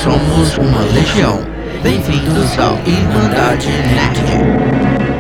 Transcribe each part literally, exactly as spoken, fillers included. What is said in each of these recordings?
somos uma legião. Bem-vindos ao Irmandade Nerd.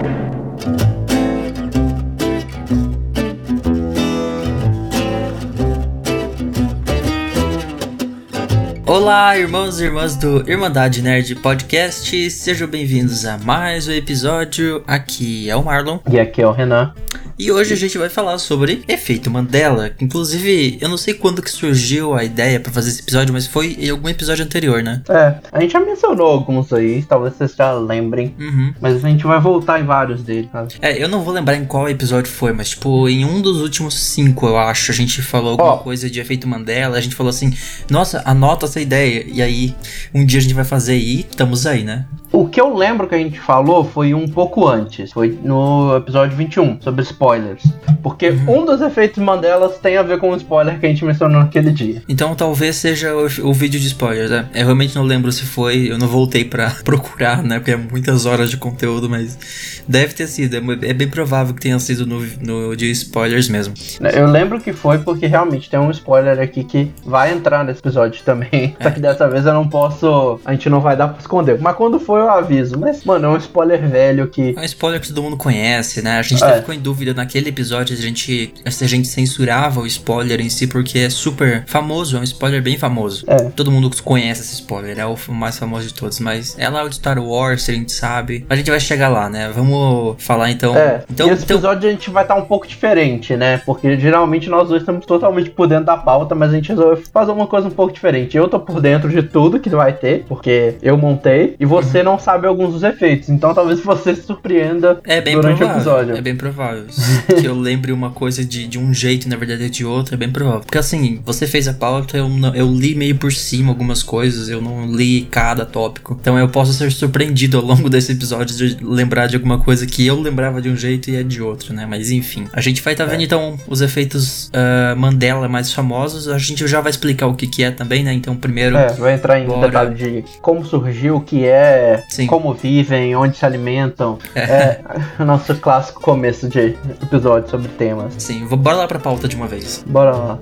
Olá, irmãos e irmãs do Irmandade Nerd Podcast, sejam bem-vindos a mais um episódio. Aqui é o Marlon. E aqui é o Renan. E hoje a gente vai falar sobre Efeito Mandela. Inclusive, eu não sei quando que surgiu a ideia pra fazer esse episódio, mas foi em algum episódio anterior, né? É, a gente já mencionou alguns aí, talvez vocês já lembrem. Uhum. Mas a gente vai voltar em vários deles, sabe? É, eu não vou lembrar em qual episódio foi, mas tipo, em um dos últimos cinco, eu acho, a gente falou alguma oh. coisa de Efeito Mandela. A gente falou assim, nossa, anota essa ideia. E aí, um dia a gente vai fazer e estamos aí, né? O que eu lembro que a gente falou foi um pouco antes. Foi no episódio vinte e um, sobre spoilers. Porque uhum. um dos efeitos Mandelas tem a ver com o spoiler que a gente mencionou naquele dia. Então talvez seja o, o vídeo de spoilers, né? Eu realmente não lembro se foi, eu não voltei pra procurar, né? Porque é muitas horas de conteúdo, mas deve ter sido. É bem provável que tenha sido no, no de spoilers mesmo. Eu lembro que foi porque realmente tem um spoiler aqui que vai entrar nesse episódio também. É. Só que dessa vez eu não posso, a gente não vai dar pra esconder. Mas quando foi eu aviso. Mas, mano, é um spoiler velho que... É um spoiler que todo mundo conhece, né? A gente é. até ficou em dúvida naquele episódio se a, gente, se a gente censurava o spoiler em si, porque é super famoso, é um spoiler bem famoso. É. Todo mundo conhece esse spoiler, é o mais famoso de todos. Mas é lá o de Star Wars, a gente sabe. A gente vai chegar lá, né? Vamos falar então... É, então e esse então... episódio a gente vai estar um pouco diferente, né? Porque geralmente nós dois estamos totalmente por dentro da pauta, mas a gente resolveu fazer uma coisa um pouco diferente. Eu tô por dentro de tudo que vai ter, porque eu montei, e você uhum. não sabe alguns dos efeitos, então talvez você se surpreenda é bem durante provável, o episódio. É bem provável. Que eu lembre uma coisa de, de um jeito e na verdade é de outro, é bem provável. Porque assim, você fez a pauta, eu, não, eu li meio por cima algumas coisas, eu não li cada tópico. Então eu posso ser surpreendido ao longo desse episódio de lembrar de alguma coisa que eu lembrava de um jeito e é de outro, né? Mas enfim, a gente vai estar tá vendo é. então os efeitos uh, Mandela mais famosos. A gente já vai explicar o que que é também, né? Então primeiro... É, vai entrar em bora... detalhe de como surgiu, o que é, Sim. como vivem, onde se alimentam. É. é o nosso clássico começo de episódio sobre temas. Sim, bora lá pra pauta de uma vez. Bora lá.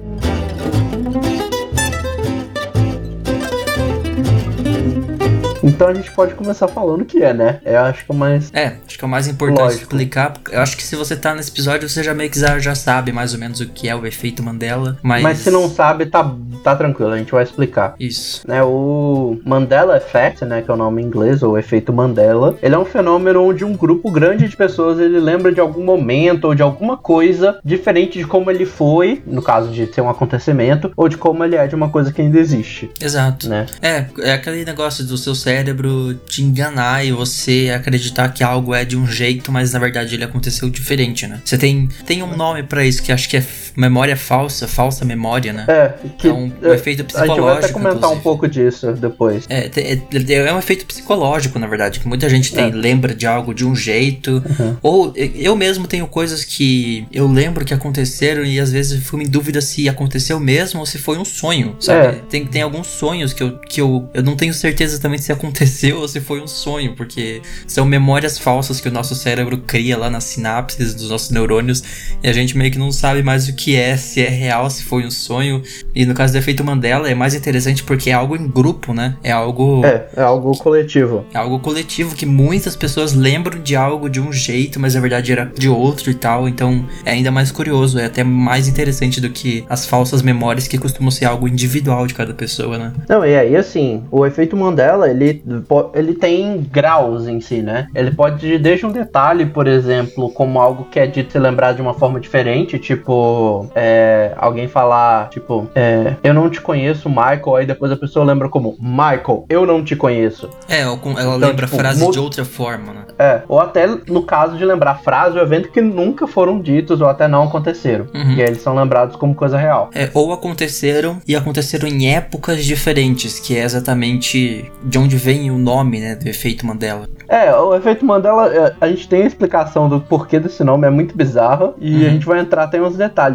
Então a gente pode começar falando o que é, né? Eu acho que é o mais... É, acho que é o mais importante Lógico. explicar. Eu acho que se você tá nesse episódio, você já meio que já, já sabe mais ou menos o que é o efeito Mandela, mas... Mas se não sabe, tá, tá tranquilo, a gente vai explicar. Isso. Né, o Mandela Effect, né, que é o nome em inglês, ou efeito Mandela, ele é um fenômeno onde um grupo grande de pessoas, ele lembra de algum momento ou de alguma coisa diferente de como ele foi, no caso de ser um acontecimento, ou de como ele é de uma coisa que ainda existe. Exato. Né? É, é aquele negócio do seu cérebro cérebro te enganar e você acreditar que algo é de um jeito, mas na verdade ele aconteceu diferente, né? Você tem, tem um nome pra isso que acho que é memória falsa, falsa memória, né? É, que é um, um efeito psicológico. A gente vai até comentar inclusive. um pouco disso depois. É, é, é um efeito psicológico, na verdade, que muita gente tem, é. lembra de algo de um jeito, uhum. ou eu mesmo tenho coisas que eu lembro que aconteceram e às vezes fico em dúvida se aconteceu mesmo ou se foi um sonho, sabe? É. Tem, tem alguns sonhos que, eu, que eu, eu não tenho certeza também se aconteceu ou se foi um sonho, porque são memórias falsas que o nosso cérebro cria lá nas sinapses dos nossos neurônios e a gente meio que não sabe mais o que é, se é real, se foi um sonho. E no caso do efeito Mandela é mais interessante porque é algo em grupo, né? É algo... É, é algo coletivo. É algo coletivo que muitas pessoas lembram de algo de um jeito, mas na verdade era de outro e tal, então é ainda mais curioso, é até mais interessante do que as falsas memórias que costumam ser algo individual de cada pessoa, né? Não, e aí assim, o efeito Mandela, ele ele tem graus em si, né? Ele pode ir desde um detalhe, por exemplo, como algo que é dito se lembrar de uma forma diferente, tipo, é, alguém falar, tipo, é, eu não te conheço, Michael, aí depois a pessoa lembra como, Michael, eu não te conheço. É, ela então, lembra tipo, a frase mu- de outra forma, né? É, ou até no caso de lembrar frase ou evento que nunca foram ditos ou até não aconteceram. Uhum. E aí eles são lembrados como coisa real. É, ou aconteceram e aconteceram em épocas diferentes, que é exatamente de onde vem o nome, né, do efeito Mandela. É, o efeito Mandela, a gente tem a explicação do porquê desse nome, é muito bizarro, e uhum. a gente vai entrar até uns detalhes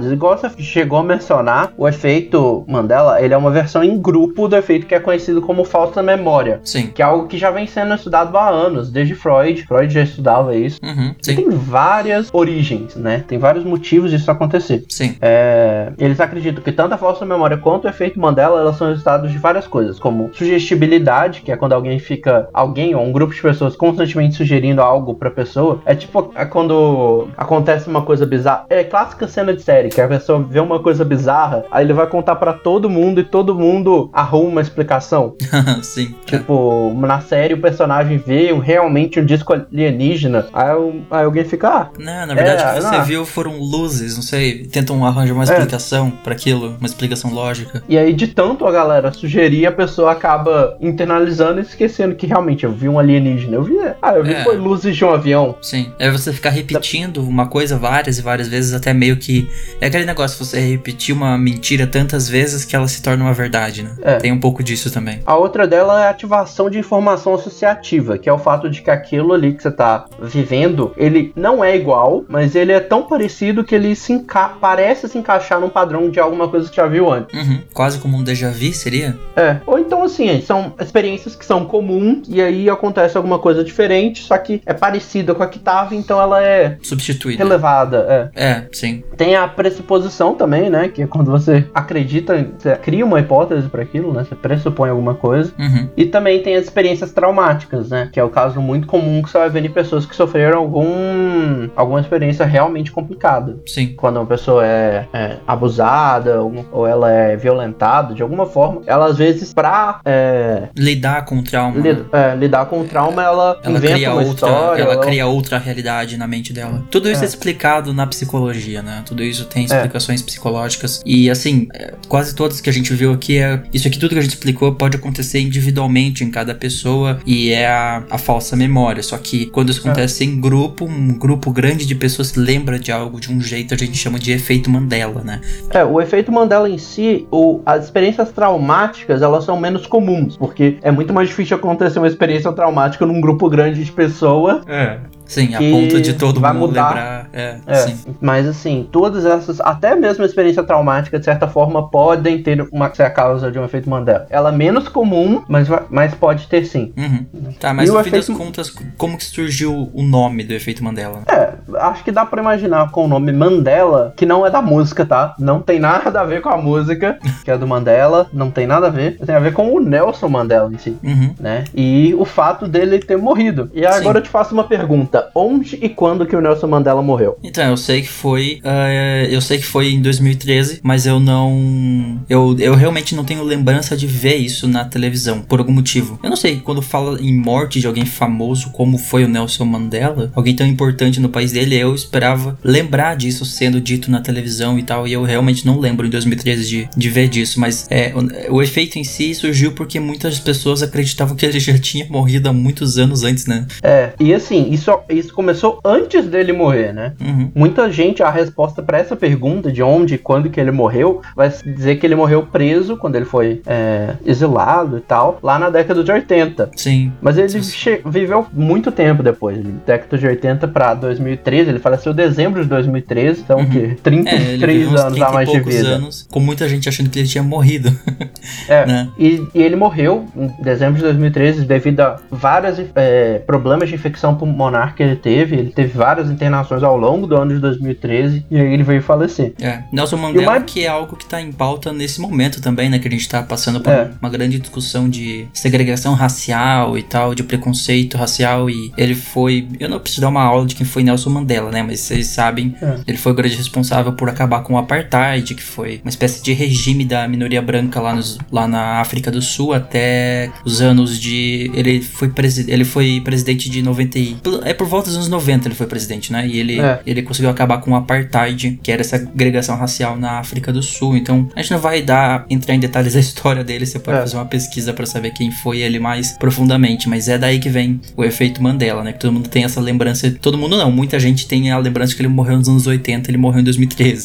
possibilidades. Igual você chegou a mencionar, o efeito Mandela, ele é uma versão em grupo do efeito que é conhecido como falsa memória. Sim. Que é algo que já vem sendo estudado há anos, desde Freud. Freud já estudava isso. Uhum, sim. E tem várias origens, né? Tem vários motivos disso acontecer. Sim. É, eles acreditam que tanto a falsa memória quanto o efeito Mandela, elas são resultados de várias coisas, como sugestibilidade, que é quando alguém fica, alguém ou um grupo de pessoas constantemente sugerindo algo pra pessoa. É tipo é quando acontece uma coisa bizarra. É clássica cena de série, que a pessoa vê uma coisa bizarra, aí ele vai contar pra todo mundo e todo mundo arruma uma explicação. Sim. Tipo, na série o personagem vê realmente um disco alienígena, aí, aí alguém fica, ah... Não, na verdade é, o que você não. viu foram luzes, não sei, tentam arranjar uma explicação é. pra aquilo, uma explicação lógica. E aí de tanto a galera sugerir, a pessoa acaba internalizando e esquecendo que realmente eu vi um alienígena. Eu vi, ah, eu vi é. foi luzes de um avião. Sim, é você ficar repetindo uma coisa várias e várias vezes, até meio que... É aquele negócio, você repetir uma mentira tantas vezes que ela se torna uma verdade, né? É. Tem um pouco disso também. A outra dela é a ativação de informação associativa, que é o fato de que aquilo ali que você tá vivendo, ele não é igual, mas ele é tão parecido que ele se enca- parece se encaixar num padrão de alguma coisa que já viu antes. Uhum. Quase como um déjà vu, seria? É. Ou então, assim, são experiências que são comuns e aí acontece alguma coisa diferente, só que é parecida com a que tava, então ela é... substituída. Relevada, é. É, sim. Tem a pressuposição também, né? Que é quando você acredita, você cria uma hipótese para aquilo, né? Você pressupõe alguma coisa. Uhum. E também tem as experiências traumáticas, né? Que é o caso muito comum que você vai ver em pessoas que sofreram algum, alguma experiência realmente complicada. Sim. Quando uma pessoa é, é abusada ou, ou ela é violentada de alguma forma, ela às vezes pra é, lidar com o trauma. Li, é, lidar com o trauma, ela, ela inventa cria uma outra, história. Ela, ela cria outra realidade na mente dela. Tudo isso é. é explicado na psicologia, né? Tudo isso tem explicações é. psicológicas. E assim, quase todas que a gente viu aqui, é, isso aqui tudo que a gente explicou pode acontecer individualmente em cada pessoa e é a, a falsa memória. Só que quando isso acontece é. em grupo, um grupo grande de pessoas lembra de algo de um jeito, a gente chama de efeito Mandela, né? É, o efeito Mandela em si, o, as experiências traumáticas, elas são menos comuns, porque é muito mais difícil acontecer uma experiência traumática num grupo grande de pessoas. É. Sim, a ponto de todo vai mundo mudar. lembrar. É, é, sim. Mas assim, todas essas, até mesmo a experiência traumática, de certa forma, podem ter uma, ser a causa de um efeito Mandela. Ela é menos comum, mas, mas pode ter sim. Uhum. Tá, mas e no o fim efeito... das contas, como que surgiu o nome do efeito Mandela? É, acho que dá pra imaginar com o nome Mandela, que não é da música, tá? Não tem nada a ver com a música, que é do Mandela, não tem nada a ver. Tem a ver com o Nelson Mandela em si, uhum. né? E o fato dele ter morrido. E agora sim. eu te faço uma pergunta. Onde e quando que o Nelson Mandela morreu? Então, eu sei que foi... Uh, eu sei que foi em dois mil e treze, mas eu não... Eu, eu realmente não tenho lembrança de ver isso na televisão, por algum motivo. Eu não sei, quando fala em morte de alguém famoso, como foi o Nelson Mandela, alguém tão importante no país dele, eu esperava lembrar disso sendo dito na televisão e tal, e eu realmente não lembro em dois mil e treze de, de ver disso, mas é, o, o efeito em si surgiu porque muitas pessoas acreditavam que ele já tinha morrido há muitos anos antes, né? É, e assim, isso, isso começou antes dele morrer, né? Uhum. Muita gente, a resposta para essa pergunta de onde e quando que ele morreu, vai dizer que ele morreu preso quando ele foi é, exilado e tal, lá na década de oitenta. Sim. Mas ele che- viveu muito tempo depois, década de oitenta para dois mil e treze, ele faleceu em dezembro de dois mil e treze, então o quê? trinta e três é, anos a mais de vida. Anos, com muita gente achando que ele tinha morrido. É, né? e, e ele morreu em dezembro de dois mil e treze devido a vários é, problemas de infecção pulmonar que ele teve. Ele teve várias internações ao longo do ano de dois mil e treze e aí ele veio falecer. É, Nelson Mandela, mais... que é algo que tá em pauta nesse momento também, né? Que a gente tá passando por é. uma grande discussão de segregação racial e tal, de preconceito racial, e ele foi... Eu não preciso dar uma aula de quem foi Nelson Mandela, né? Mas vocês sabem, é. ele foi o grande responsável por acabar com o apartheid, que foi uma espécie de regime da minoria branca lá, nos, lá na África do Sul até os anos de... Ele foi, presi... ele foi presidente de noventa e... É por volta dos anos noventa ele foi presidente, né? E ele, é. ele conseguiu acabar com o apartheid, que era essa agregação racial na África do Sul. Então, a gente não vai dar, entrar em detalhes da história dele, você pode é. fazer uma pesquisa pra saber quem foi ele mais profundamente, mas é daí que vem o efeito Mandela, né? Que todo mundo tem essa lembrança, todo mundo não, muita gente tem a lembrança de que ele morreu nos anos oitenta, ele morreu em dois mil e treze.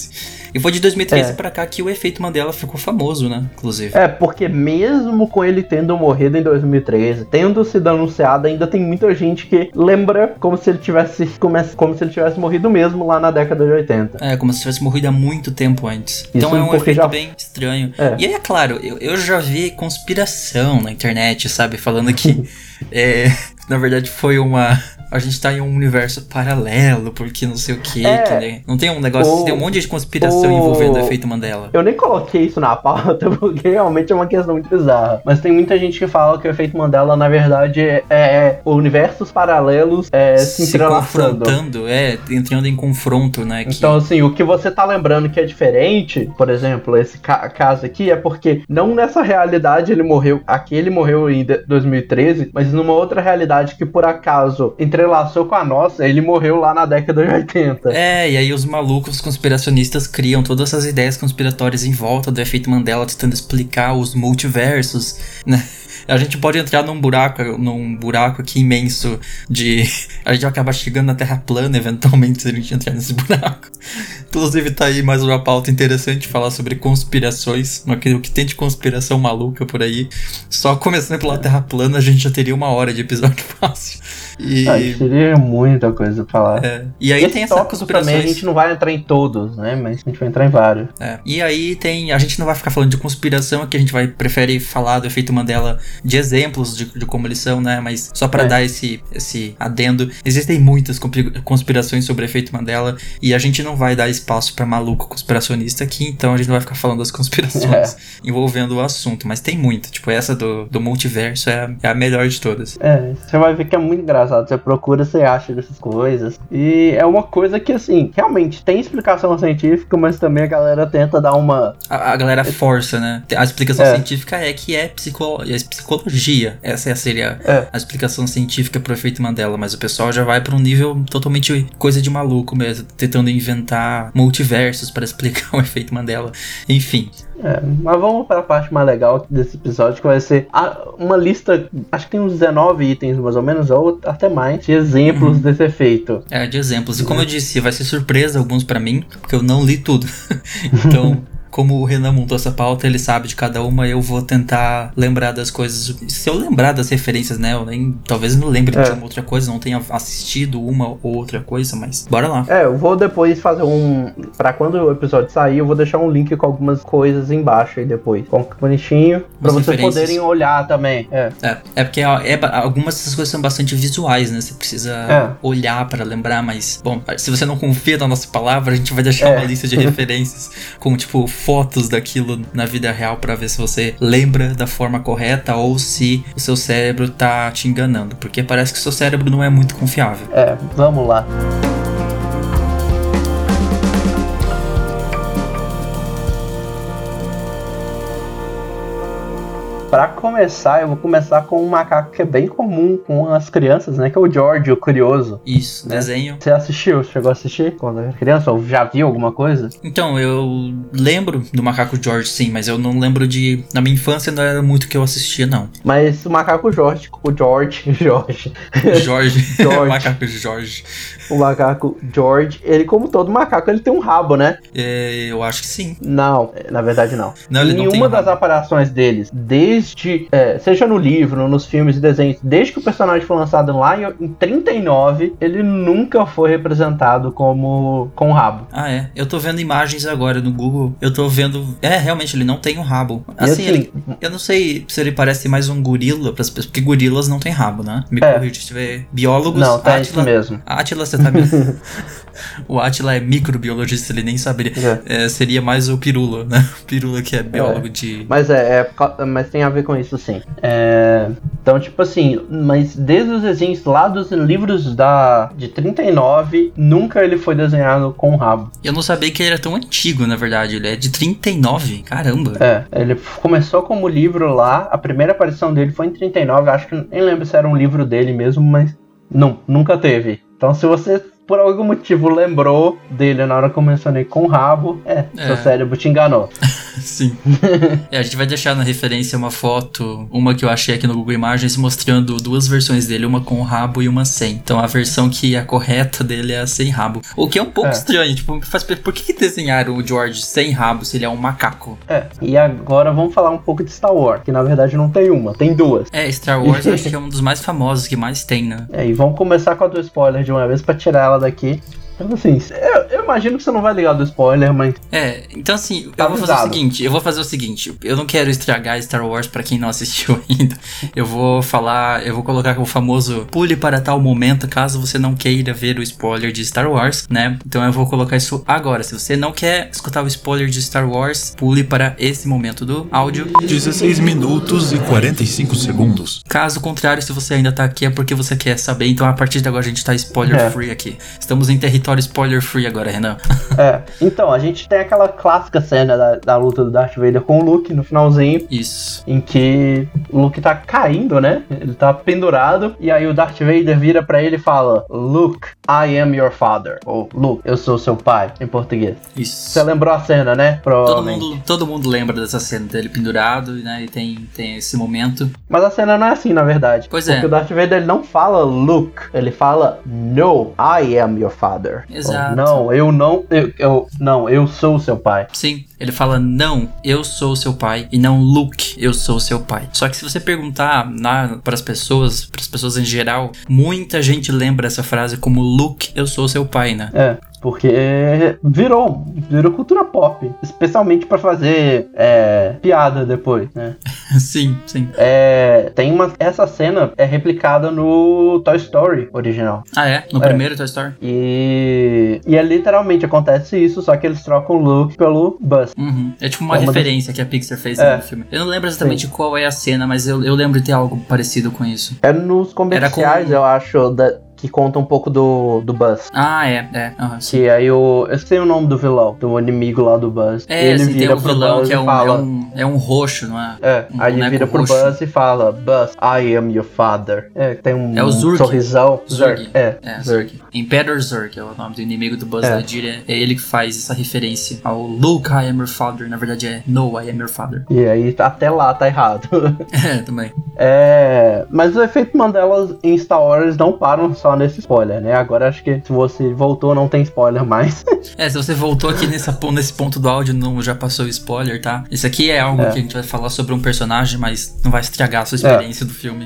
E foi de dois mil e treze É. pra cá que o efeito Mandela ficou famoso, né? Inclusive. É, porque mesmo com ele tendo morrido em dois mil e treze, tendo sido anunciado, ainda tem muita gente que lembra como se ele tivesse, como, como se ele tivesse morrido mesmo lá na década de oitenta. É, como se tivesse morrido há muito tempo antes. Então Isso é um porque efeito já- bem estranho. É. E aí, é claro, eu, eu já vi conspiração na internet, sabe? Falando que, é, na verdade, foi uma... A gente tá em um universo paralelo, porque não sei o que, É. que né? Não tem um negócio, O- tem um monte de conspiração o- envolvendo o efeito Mandela. Eu nem coloquei isso na pauta, porque realmente é uma questão muito bizarra. Mas tem muita gente que fala que o efeito Mandela, na verdade, é, é universos paralelos é, se, Se entrelaçando. confrontando, é, entrando em confronto, né? Que... Então, assim, o que você tá lembrando que é diferente, por exemplo, esse ca- caso aqui, é porque não nessa realidade ele morreu, aqui ele morreu em de- dois mil e treze, mas numa outra realidade que por acaso entrelaçou com a nossa, ele morreu lá na década de oitenta. É, e aí os malucos conspiracionistas criam todas essas ideias conspiratórias em volta do efeito Mandela, tentando explicar os multiversos, né? A gente pode entrar num buraco, num buraco aqui imenso de... A gente vai acabar chegando na Terra plana, eventualmente, se a gente entrar nesse buraco. Inclusive, tá aí mais uma pauta interessante, falar sobre conspirações, o que, o que tem de conspiração maluca por aí. Só começando pela Terra plana, a gente já teria uma hora de episódio fácil. E... Ah, seria muita coisa pra falar. É. E aí Esse tem essas tópico conspirações... também a gente não vai entrar em todos, né? Mas a gente vai entrar em vários. É. E aí tem... A gente não vai ficar falando de conspiração aqui, a gente vai prefere falar do efeito Mandela de exemplos de, de como eles são, né? Mas só pra É. dar esse, esse adendo, existem muitas compi- conspirações sobre o efeito Mandela e a gente não vai dar espaço pra maluco conspiracionista aqui, então a gente não vai ficar falando das conspirações envolvendo o assunto, mas tem muita. Tipo, essa do, do multiverso é, a- é a melhor de todas. É, você vai ver que é muito engraçado. Você procura, você acha dessas coisas. E é uma coisa que, assim, realmente tem explicação científica, mas também a galera tenta dar uma... A, a galera força, né? A explicação É. científica é que é, psico, é psicologia. Essa seria É. a explicação científica pro efeito Mandela. Mas o pessoal já vai pra um nível totalmente coisa de maluco mesmo. Tentando inventar multiversos pra explicar o efeito Mandela. Enfim. É, mas vamos para a parte mais legal desse episódio, que vai ser a- uma lista, acho que tem uns dezenove itens mais ou menos, ou até mais, de exemplos Uhum. desse efeito. É, de exemplos. E como eu disse, vai ser surpresa alguns pra mim, porque eu não li tudo. Então... Como o Renan montou essa pauta, ele sabe de cada uma, eu vou tentar lembrar das coisas. Se eu lembrar das referências, né? Eu nem, talvez não lembre É. de uma outra coisa, não tenha assistido uma ou outra coisa, mas bora lá. É, eu vou depois fazer um... Pra quando o episódio sair, eu vou deixar um link com algumas coisas embaixo aí depois. Com bonitinho, pra Umas vocês referências. poderem olhar também. É. É, é porque ó, é, algumas dessas coisas são bastante visuais, né? Você precisa É. olhar pra lembrar, mas... Bom, se você não confia na nossa palavra, a gente vai deixar É. uma lista de referências com, tipo, fotos daquilo na vida real pra ver se você lembra da forma correta ou se o seu cérebro tá te enganando. Porque parece que o seu cérebro não é muito confiável. É, vamos lá. Pra começar, eu vou começar com um macaco que é bem comum com as crianças, né? Que é o George, o curioso. Isso, Né? desenho. Você assistiu? Chegou a assistir quando era criança? Ou já viu alguma coisa? Então, eu lembro do Macaco George, sim, mas eu não lembro de... Na minha infância não era muito que eu assistia, não. Mas o macaco George, o George, George, Jorge. George. Macaco Jorge. o macaco George, ele como todo macaco, ele tem um rabo, né? É, eu acho que sim. Não, na verdade não. Não, ele não Em tem nenhuma das rabo. aparições deles, desde, é, seja no livro, nos filmes e desenhos, desde que o personagem foi lançado lá em, em trinta e nove, ele nunca foi representado como com rabo. Ah, é. Eu tô vendo imagens agora no Google. Eu tô vendo... É, realmente, ele não tem um rabo. E Assim, assim, ele... Eu não sei se ele parece mais um gorila pras pessoas, porque gorilas não tem rabo, né? Me É. corrige se tiver biólogos. Não, tá Átila- isso mesmo. Átila, você tá... O Átila é microbiologista, ele nem saberia. É. É, seria mais o Pirula, né? O Pirula que é biólogo de... Mas é, é por cau- mas tem a ver com isso sim. É, então, tipo assim, mas desde os desenhos lá dos livros da, de trinta e nove, nunca ele foi desenhado com rabo. Eu não sabia que ele era tão antigo, na verdade. Ele é de trinta e nove. Caramba. É, ele começou como livro lá, a primeira aparição dele foi em trinta e nove, acho que nem lembro se era um livro dele mesmo, mas não, nunca teve. Então se você por algum motivo lembrou dele na hora que eu mencionei com o rabo, é, é. seu cérebro te enganou. Sim. É, a gente vai deixar na referência uma foto, uma que eu achei aqui no Google Imagens, mostrando duas versões dele, uma com rabo e uma sem. Então a versão que é correta dele é a sem rabo. O que é um pouco é. estranho, tipo, faz, por que, que desenharam o George sem rabo se ele é um macaco? É, e agora vamos falar um pouco de Star Wars, que na verdade não tem uma, tem duas. É, Star Wars eu acho que é um dos mais famosos, que mais tem, né? É, e vamos começar com a do spoiler de uma vez pra tirar ela daqui. Então, assim, eu, eu imagino que você não vai ligar do spoiler, mas... É, então assim, tá eu vou avisado. fazer o seguinte, eu vou fazer o seguinte, eu não quero estragar Star Wars pra quem não assistiu ainda. Eu vou falar, eu vou colocar o famoso pule para tal momento, caso você não queira ver o spoiler de Star Wars, né? Então eu vou colocar isso agora. Se você não quer escutar o spoiler de Star Wars, pule para esse momento do áudio. dezesseis minutos e quarenta e cinco segundos. Caso contrário, se você ainda tá aqui é porque você quer saber, então a partir de agora a gente tá spoiler é. free aqui. Estamos em território spoiler free agora, Renan. É, então, a gente tem aquela clássica cena da, da luta do Darth Vader com o Luke no finalzinho. Isso. Em que o Luke tá caindo, né? Ele tá pendurado. E aí o Darth Vader vira pra ele e fala: Luke, I am your father. Ou Luke, eu sou seu pai, em português. Isso. Você lembrou a cena, né? Todo mundo, todo mundo lembra dessa cena dele pendurado, né? E tem, tem esse momento. Mas a cena não é assim, na verdade. Pois porque é. Porque o Darth Vader ele não fala Luke, ele fala No, I am your father. Exato. Ou, não, eu não, eu, eu, não, eu sou seu pai. Sim, ele fala não, eu sou seu pai e não Luke, eu sou seu pai. Só que se você perguntar para as pessoas, para as pessoas em geral, muita gente lembra essa frase como Luke, eu sou seu pai, né? É. Porque virou, virou cultura pop. Especialmente pra fazer é, piada depois, né? Sim, sim. É, tem uma, essa cena é replicada no Toy Story original. Ah, é? No é. primeiro Toy Story? E, e é literalmente acontece isso, só que eles trocam o Luke pelo Buzz. Uhum. É tipo uma, uma referência das... que a Pixar fez é. no filme. Eu não lembro exatamente Sim. qual é a cena, mas eu, eu lembro de ter algo parecido com isso. É nos comerciais, com... eu acho, da... que conta um pouco do, do Buzz. Ah, é, é. Uhum, que aí o... eu sei o nome do vilão, do inimigo lá do Buzz. É, ele assim, vira tem um vilão Buzz que é um, fala... é, um, é um roxo, não é? É, um aí ele vira pro roxo. Buzz e fala, Buzz, I am your father. É, tem um, é o Zurg. um sorrisão. Zurg. É, é Zurg. Zurg. Imperator Zurg é o nome do inimigo do Buzz é. Lightyear. É ele que faz essa referência ao Luke, I am your father. Na verdade é No, I am your father. E aí até lá tá errado. É, também. É, mas o efeito Mandela em Star Wars não param só nesse spoiler, né? Agora acho que se você voltou não tem spoiler mais. É, se você voltou aqui nessa, nesse ponto do áudio não já passou o spoiler, tá? Isso aqui é algo é. que a gente vai falar sobre um personagem, mas não vai estragar a sua experiência é. do filme.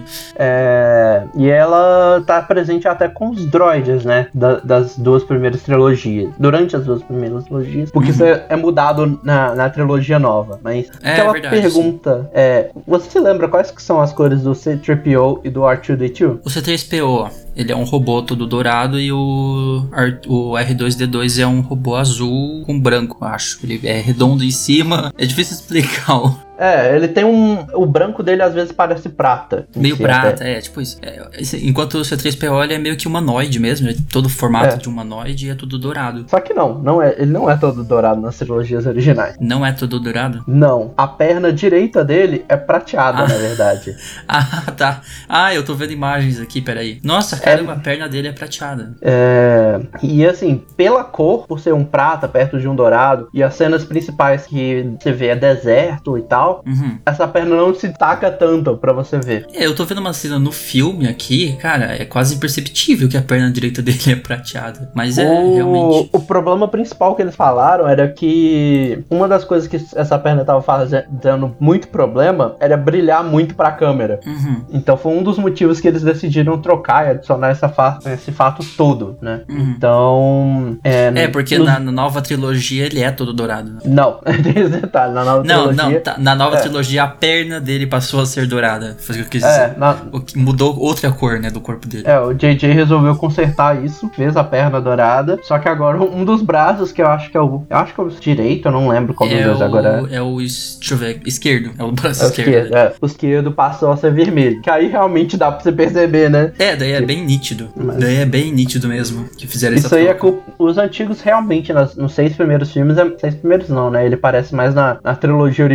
É, e ela tá presente até com os droids, né? Da, das duas primeiras trilogias. Durante as duas primeiras trilogias. Porque uhum. isso é, é mudado na, na trilogia nova. Mas é, aquela verdade, pergunta é, você se lembra quais que são as cores do C três P O e do R dois D dois? O C três P O, ele é um robô todo dourado e o, o R dois D dois é um robô azul com branco, acho. Ele é redondo em cima. É difícil explicar o... É, ele tem um... O branco dele às vezes parece prata. Meio prata, até. é, tipo isso. É, enquanto o C três P O ele é meio que humanoide mesmo. É todo o formato é. de humanoide e é tudo dourado. Só que não, não é, ele não é todo dourado nas trilogias originais. Não é todo dourado? Não. A perna direita dele é prateada, ah. na verdade. Ah, tá. Ah, eu tô vendo imagens aqui, peraí. Nossa, caramba, é... a perna dele é prateada. É... E assim, pela cor, por ser um prata perto de um dourado, e as cenas principais que você vê é deserto e tal, Uhum. essa perna não se taca tanto pra você ver. É, eu tô vendo uma cena no filme aqui, cara, é quase imperceptível que a perna direita dele é prateada. Mas é o... realmente... O problema principal que eles falaram era que uma das coisas que essa perna tava fazendo muito problema era brilhar muito pra câmera. Uhum. Então foi um dos motivos que eles decidiram trocar e adicionar essa fa... esse fato todo, né? Uhum. Então... É, é porque no... na, na nova trilogia ele é todo dourado. Né? Não, tem esse detalhe. Na nova não, trilogia... Não, tá, na nova é. trilogia, a perna dele passou a ser dourada. Foi o que eu quis é, dizer. Na... O que mudou outra cor, né, do corpo dele. É, o J J resolveu consertar isso, fez a perna dourada. Só que agora um dos braços, que eu acho que é o. Eu acho que é o direito, eu não lembro qual dos dois agora é. É o. Deixa eu ver, esquerdo. É o braço é o esquerdo. esquerdo é. O esquerdo passou a ser vermelho. Que aí realmente dá pra você perceber, né? É, daí é que... bem nítido. Mas... Daí é bem nítido mesmo que fizeram isso essa aí troca. É culpa. Os antigos realmente, nas, nos seis primeiros filmes, é... seis primeiros não, né? Ele parece mais na, na trilogia original.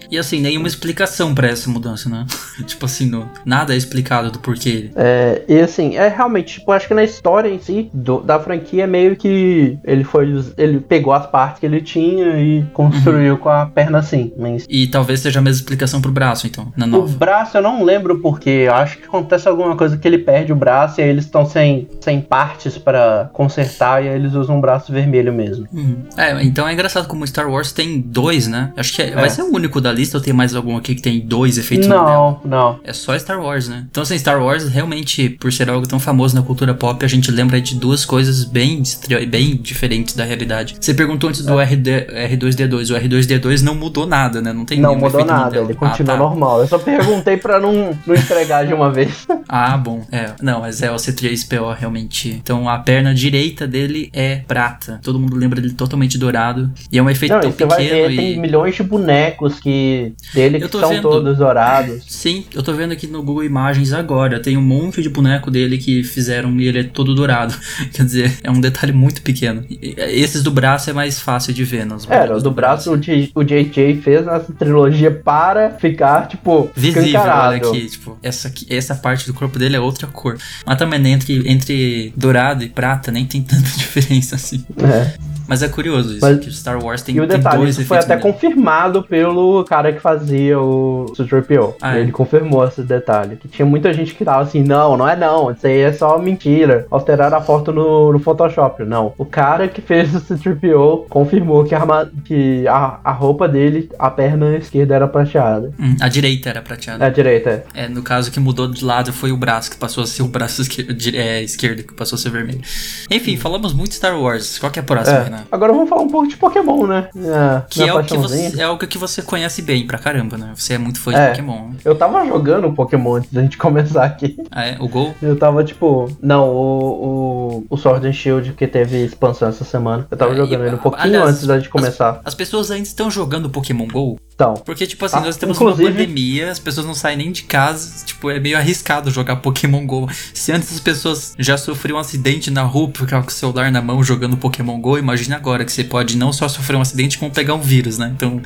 E assim, nenhuma explicação pra essa mudança, né? Tipo assim, no, nada é explicado do porquê. É, e assim, é realmente, tipo, acho que na história em si, do, da franquia, meio que ele foi, ele pegou as partes que ele tinha e construiu uhum. com a perna assim. Mas... E talvez seja a mesma explicação pro braço, então, na nova. O braço eu não lembro porque, eu acho que acontece alguma coisa que ele perde o braço e aí eles estão sem, sem partes pra consertar e aí eles usam um braço vermelho mesmo. Uhum. É, então é engraçado como Star Wars tem dois, né? Acho que é, é. vai ser o único da lista ou tem mais algum aqui que tem dois efeitos Não, Mandela? não. É só Star Wars, né? Então assim, Star Wars realmente, por ser algo tão famoso na cultura pop, a gente lembra de duas coisas bem, bem diferentes da realidade. Você perguntou antes do é. R D, R dois D dois, o R dois D dois não mudou nada, né? Não tem Não nenhum mudou efeito nada, Mandela. ele continua ah, tá. normal. Eu só perguntei pra não, não entregar de uma vez. Ah, bom. É, não, mas é o C três P O realmente. Então a perna direita dele é prata. Todo mundo lembra dele totalmente dourado. E é um efeito não, tão você pequeno. Vai ver, e... Tem milhões de bonecos que dele que são vendo... todos dourados. Sim, eu tô vendo aqui no Google Imagens agora. Tem um monte de boneco dele que fizeram e ele é todo dourado. Quer dizer, é um detalhe muito pequeno. Esses do braço é mais fácil de ver nos É, o do braço, braço. O J J fez nessa trilogia para ficar, tipo, visível, olha aqui, tipo, essa, aqui, essa parte do corpo dele é outra cor. Mas também entre, entre dourado e prata nem tem tanta diferença assim. É. Mas é curioso isso, Mas, que Star Wars tem, e o tem detalhe, dois isso foi até mesmo. confirmado pelo cara que fazia o C três P O. Ah, ele é? confirmou esse detalhe. Que tinha muita gente que tava assim, não, não é não, isso aí é só mentira. Alteraram a foto no, no Photoshop. Não, o cara que fez o C três P O confirmou que, a, que a, a roupa dele, a perna esquerda era prateada. Hum, a direita era prateada. A direita, é. É, no caso que mudou de lado foi o braço, que passou a ser o braço esquerdo, é, esquerdo que passou a ser vermelho. Enfim, falamos muito de Star Wars. Qual que é a próxima, é. Renan? Agora vamos falar um pouco de Pokémon, né? É, que é, o que você, é algo que você conhece bem pra caramba, né? Você é muito fã de é, Pokémon. Eu tava jogando Pokémon antes da gente começar aqui. Ah, é? O Go? Eu tava tipo... Não, o, o, o Sword and Shield que teve expansão essa semana. Eu tava é, jogando e, ele um pouquinho aliás, antes da gente começar. As, as pessoas ainda estão jogando Pokémon Go? Então. Porque, tipo assim, ah, nós temos inclusive... uma pandemia, as pessoas não saem nem de casa, tipo, é meio arriscado jogar Pokémon Go. Se antes as pessoas já sofriam um acidente na rua por ficar com o celular na mão jogando Pokémon Go, imagina agora que você pode não só sofrer um acidente, como pegar um vírus, né? Então...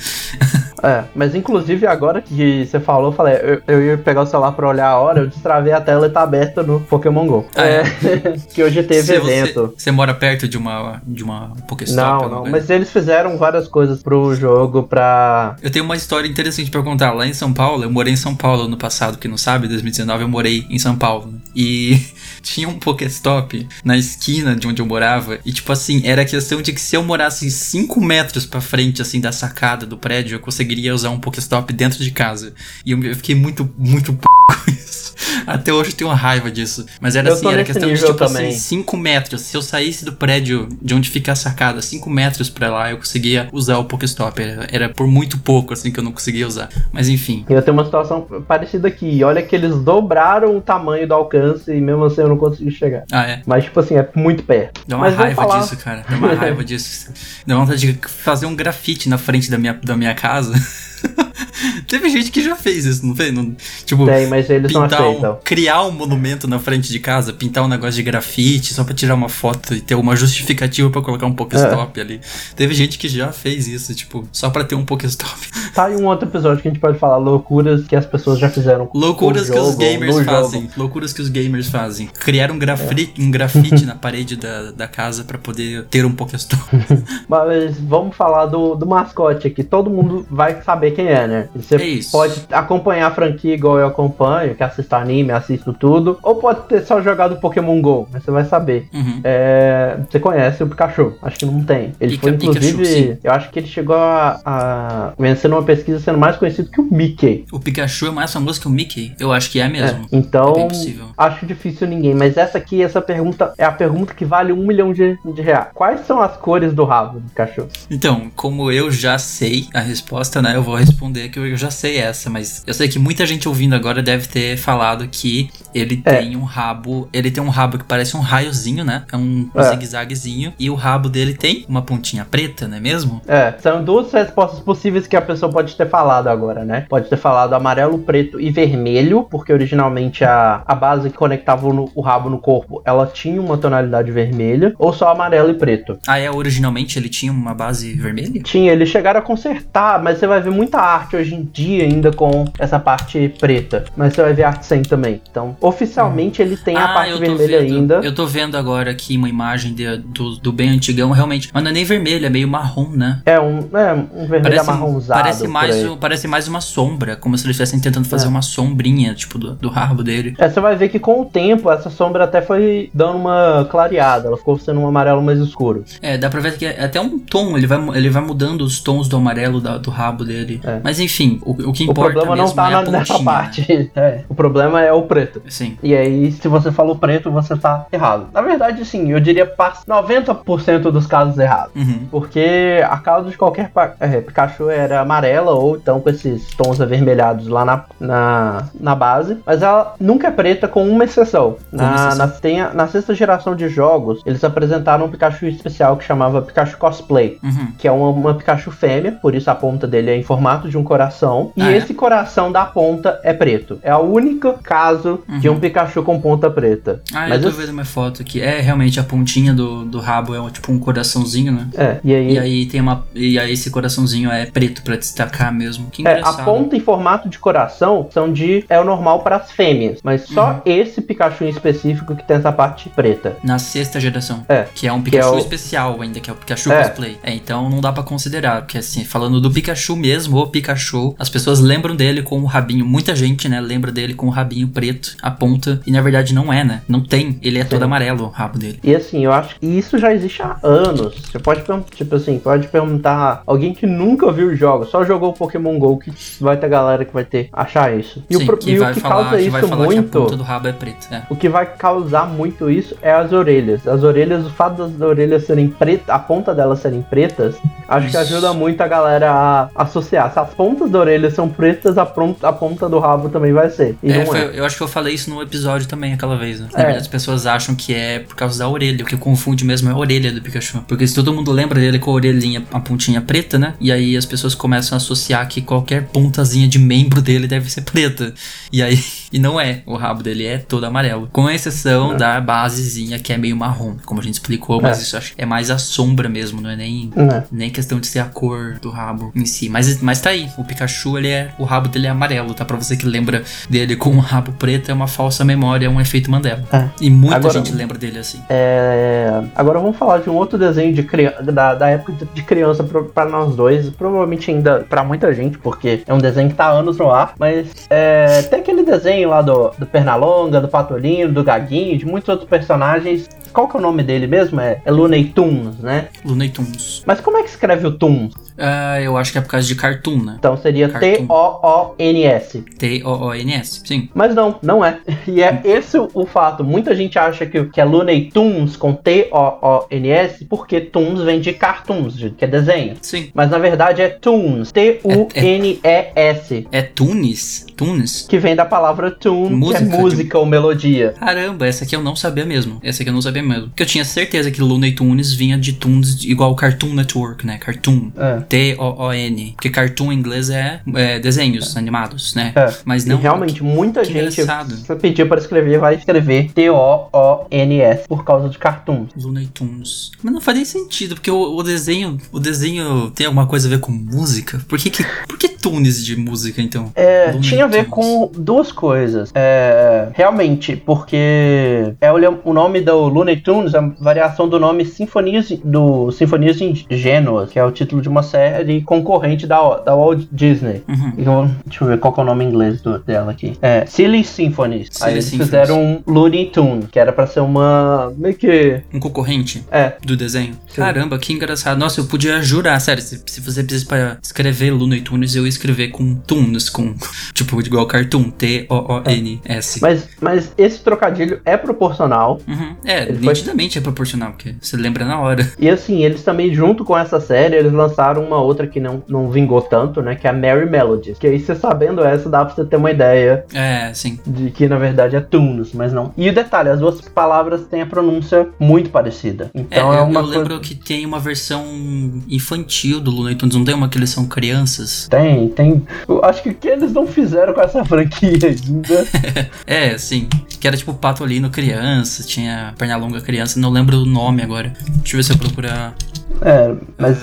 é, mas inclusive agora que você falou, eu falei, eu, eu ia pegar o celular pra olhar a hora, eu destravei a tela e tá aberta no Pokémon Go. Ah, é? é. Que hoje teve Se evento. Você, você mora perto de uma, de uma Pokéstop? Não, não, mas eles fizeram várias coisas pro jogo pra... Eu tenho uma história interessante pra contar. Lá em São Paulo, eu morei em São Paulo ano passado, quem não sabe, em dois mil e dezenove eu morei em São Paulo. E tinha um Pokéstop na esquina de onde eu morava. E tipo assim, era a questão de que se eu morasse cinco metros pra frente, assim, da sacada do prédio, eu conseguiria usar um Pokéstop dentro de casa. E eu fiquei muito, muito p*** com isso. Até hoje eu tenho uma raiva disso. Mas era eu assim, era questão de tipo também. assim, cinco metros. Se eu saísse do prédio de onde fica a sacada, cinco metros pra lá, eu conseguia usar o Pokéstop. Era, era por muito pouco, assim, que eu não conseguia usar. Mas enfim. Eu tenho uma situação parecida aqui. Olha que eles dobraram o tamanho do alcance e mesmo assim eu não consegui chegar. Ah, é? Mas tipo assim, é muito perto. Dá uma Mas raiva falar... disso, cara. Dá uma raiva disso. Dá vontade de fazer um grafite na frente da minha, da minha casa. Teve gente que já fez isso, não fez? Não, tipo, tem, mas eles não aceitam. Um, criar um monumento na frente de casa, pintar um negócio de grafite só pra tirar uma foto e ter uma justificativa pra colocar um Pokéstop é. ali. Teve gente que já fez isso, tipo, só pra ter um Pokéstop. Tá aí um outro episódio que a gente pode falar loucuras que as pessoas já fizeram. Loucuras jogo, que os gamers fazem. Jogo. Loucuras que os gamers fazem. Criar um grafite, é. um grafite na parede da, da casa pra poder ter um Pokéstop. Mas vamos falar do, do mascote aqui. Todo mundo vai saber quem é, né? Você é isso. pode acompanhar a franquia igual eu acompanho, que assisto anime, assisto tudo. Ou pode ter só jogado Pokémon Go, mas você vai saber. Uhum. É, você conhece o Pikachu? Acho que não tem. Ele Pica, foi, inclusive, Pikachu, eu acho que ele chegou a, a vencer numa pesquisa sendo mais conhecido que o Mickey. O Pikachu é mais famoso que o Mickey? Eu acho que é mesmo. É, então, é bem possível. Acho difícil ninguém. Mas essa aqui, essa pergunta, é a pergunta que vale um milhão de, de reais. Quais são as cores do rabo do Pikachu? Então, como eu já sei a resposta, né? Eu vou responder que eu já sei essa, mas eu sei que muita gente ouvindo agora deve ter falado que ele é. tem um rabo, ele tem um rabo que parece um raiozinho, né? É um é. zigue-zaguezinho, e o rabo dele tem uma pontinha preta, não é mesmo? É, são duas respostas possíveis que a pessoa pode ter falado agora, né? Pode ter falado amarelo, preto e vermelho, porque originalmente a, a base que conectava o, o rabo no corpo, ela tinha uma tonalidade vermelha, ou só amarelo e preto. Ah, é? Originalmente ele tinha uma base vermelha? Tinha, eles chegaram a consertar, mas você vai ver muita arte hoje hoje em dia ainda com essa parte preta. Mas você vai ver arte sem também. Então, oficialmente hum. ele tem ah, a parte eu vermelha vendo, ainda. Eu tô vendo agora aqui uma imagem de, do, do bem antigão, realmente. Mas não é nem vermelho, é meio marrom, né? É um, é, um vermelho parece, amarronzado. Parece mais, um, parece mais uma sombra, como se eles estivessem tentando fazer é. uma sombrinha, tipo, do, do rabo dele. É, você vai ver que com o tempo essa sombra até foi dando uma clareada, ela ficou sendo um amarelo mais escuro. É, dá pra ver que é até um tom, ele vai, ele vai mudando os tons do amarelo da, do rabo dele. É. Mas enfim, o, o que importa o problema mesmo não tá é a na, nessa pontinha. parte. É. O problema é o preto. Sim. E aí, se você falou preto, você tá errado. Na verdade, sim, eu diria noventa por cento dos casos errados. Uhum. Porque a cauda de qualquer é, Pikachu era amarela ou então com esses tons avermelhados lá na, na, na base. Mas ela nunca é preta, com uma exceção. Na, exceção? Na, tem a, na sexta geração de jogos, eles apresentaram um Pikachu especial que chamava Pikachu Cosplay. Uhum. Que é uma, uma Pikachu fêmea, por isso a ponta dele é em formato de um coração. E ah, esse é? coração da ponta é preto. É o único caso uhum. de um Pikachu com ponta preta. Ah, Mas eu tô esse... vendo uma foto aqui. É, realmente, a pontinha do, do rabo é tipo um coraçãozinho, né? É, e aí... E aí tem uma... E aí esse coraçãozinho é preto pra destacar mesmo. Que engraçado. É, a ponta em formato de coração são de... É o normal para as fêmeas. Mas só uhum. esse Pikachu em específico que tem essa parte preta. Na sexta geração. É. Que é um Pikachu é o... especial ainda, que é o Pikachu é. Cosplay. É, então não dá pra considerar. Porque assim, falando do Pikachu mesmo, o Pikachu, as pessoas lembram dele com o rabinho. Muita gente, né, lembra dele com o rabinho preto, a ponta. E na verdade não é, né? Não tem. Ele é Sim. todo amarelo, o rabo dele. E assim, eu acho que isso já existe há anos. Você pode, tipo assim, pode perguntar alguém que nunca viu jogos, só jogou Pokémon GO, que vai ter galera que vai ter achar isso. E Sim, o, pro, que e vai o que falar, causa que isso vai falar muito... que a ponta do rabo é preto. É. O que vai causar muito isso é as orelhas. As orelhas, o fato das orelhas serem pretas, a ponta delas serem pretas, acho isso. que ajuda muito a galera a associar. Se as pontas da orelha são pretas, a, pronta, a ponta do rabo também vai ser. E é, não foi, é. Eu acho que eu falei isso no episódio também, aquela vez, né? Na é. verdade, as pessoas acham que é por causa da orelha. O que confunde mesmo é a orelha do Pikachu. Porque se todo mundo lembra dele com a orelhinha, a pontinha preta, né? E aí as pessoas começam a associar que qualquer pontazinha de membro dele deve ser preta. E aí... E não é. O rabo dele é todo amarelo. Com exceção é. da basezinha, que é meio marrom, como a gente explicou. Mas é. isso acho que é mais a sombra mesmo. Não é nem, é. nem questão de ser a cor do rabo em si. Mas, mas tá aí. O Pikachu, ele é... O rabo dele é amarelo, tá? Pra você que lembra dele com o rabo preto, é uma falsa memória, é um efeito Mandela. É. E muita Agora, gente lembra dele assim. É... Agora vamos falar de um outro desenho de cri... da, da época de criança pra, pra nós dois. Provavelmente ainda pra muita gente, porque é um desenho que tá há anos no ar. Mas é... tem aquele desenho lá do, do Pernalonga, do Patolino, do Gaguinho, de muitos outros personagens. Qual que é o nome dele mesmo? É, é Looney Tunes, né? Looney Tunes. Mas como é que escreve o Tunes? Uh, eu acho que é por causa de cartoon, né? Então seria T O O N S. T O O N S, sim. Mas não, não é. E é esse o, o fato. Muita gente acha que, que é Looney Tunes com T O O N S porque Tunes vem de cartoons, de, que é desenho. Sim. Mas na verdade é Tunes. T U N E S. É, é, é Tunes? Tunes? Que vem da palavra tune, música, que é música de... ou melodia. Caramba, essa aqui eu não sabia mesmo. Essa aqui eu não sabia mesmo. Porque eu tinha certeza que Looney Tunes vinha de Tunes igual Cartoon Network, né? Cartoon. É. T O O N. Porque cartoon em inglês é, é desenhos é. animados, né? É. Mas não... E realmente, muita que gente engraçado. Se pedir para escrever, vai escrever T O O N S por causa de cartoon. Looney Tunes. Mas não faz nem sentido, porque o, o desenho o desenho tem alguma coisa a ver com música? Por que, que, por que Tunes de música, então? É, Looney tinha a ver Tunes. com duas coisas. É, realmente, porque é o, o nome do Looney Tunes, a variação do nome Sinfonias, do Sinfonias Ingênuas, que é o título de uma série concorrente da, da Walt Disney. Uhum. Então, deixa eu ver qual que é o nome em inglês do, dela aqui. É, Silly Symphonies. Silly Aí eles Symphonies. fizeram um Looney Tunes, que era pra ser uma... meio que... um concorrente é. do desenho. Sim. Caramba, que engraçado. Nossa, eu podia jurar, sério, se, se você precisa pra escrever Looney Tunes, eu ia escrever com Tunes, com, tipo, igual cartoon, T O O N S. É. Mas, mas esse trocadilho é proporcional. Uhum. É, Ele nitidamente foi... é proporcional, porque você lembra na hora. E assim, eles também, junto com essa série, eles lançaram uma outra que não, não vingou tanto, né, que é a Merry Melodies. Que aí, você sabendo essa, dá pra você ter uma ideia. É, sim. De que, na verdade, é Tunes, mas não. E o detalhe, as duas palavras têm a pronúncia muito parecida. Então é, é uma Eu coisa... lembro que tem uma versão infantil do Looney Tunes, não tem uma que eles são crianças? Tem, tem. Eu acho que o que eles não fizeram com essa franquia ainda. É, sim. Que era tipo Patolino criança, tinha Pernalonga criança, não lembro o nome agora. Deixa eu ver se eu procurar. É, mas... Uh...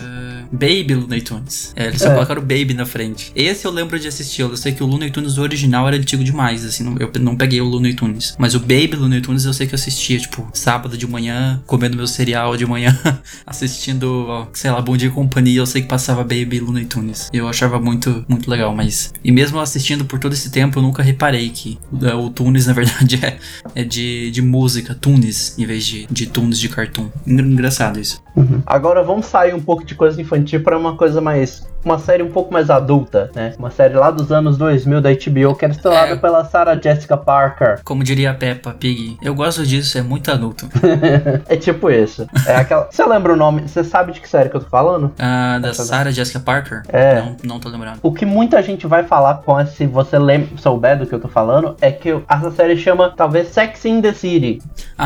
Baby Looney Tunes. É, eles só É. colocaram o Baby na frente. Esse eu lembro de assistir. Eu sei que o Looney Tunes original era antigo demais, assim. não- Eu não peguei o Looney Tunes. Mas o Baby Looney Tunes eu sei que eu assistia, tipo, sábado de manhã, comendo meu cereal de manhã, assistindo, ó, sei lá, Bom Dia e Companhia. Eu sei que passava Baby Looney Tunes. E eu achava muito, muito legal, mas... E mesmo assistindo por todo esse tempo, eu nunca reparei que o, o Tunes, na verdade, é, é de, de música. Tunes, em vez de, de Tunes de cartoon. Engraçado isso. Uhum. Agora vamos sair um pouco de coisa infantil pra uma coisa mais... Uma série um pouco mais adulta, né? Uma série lá dos anos dois mil da H B O, que era estrelada É. pela Sarah Jessica Parker. Como diria a Peppa Pig, eu gosto disso, é muito adulto. É tipo isso. É aquela... Você lembra o nome? Você sabe de que série que eu tô falando? Ah, da Sarah Jessica Parker? É. Não, não tô lembrando. O que muita gente vai falar com esse, se você lem- souber do que eu tô falando, é que essa série chama, talvez, Sex in the City.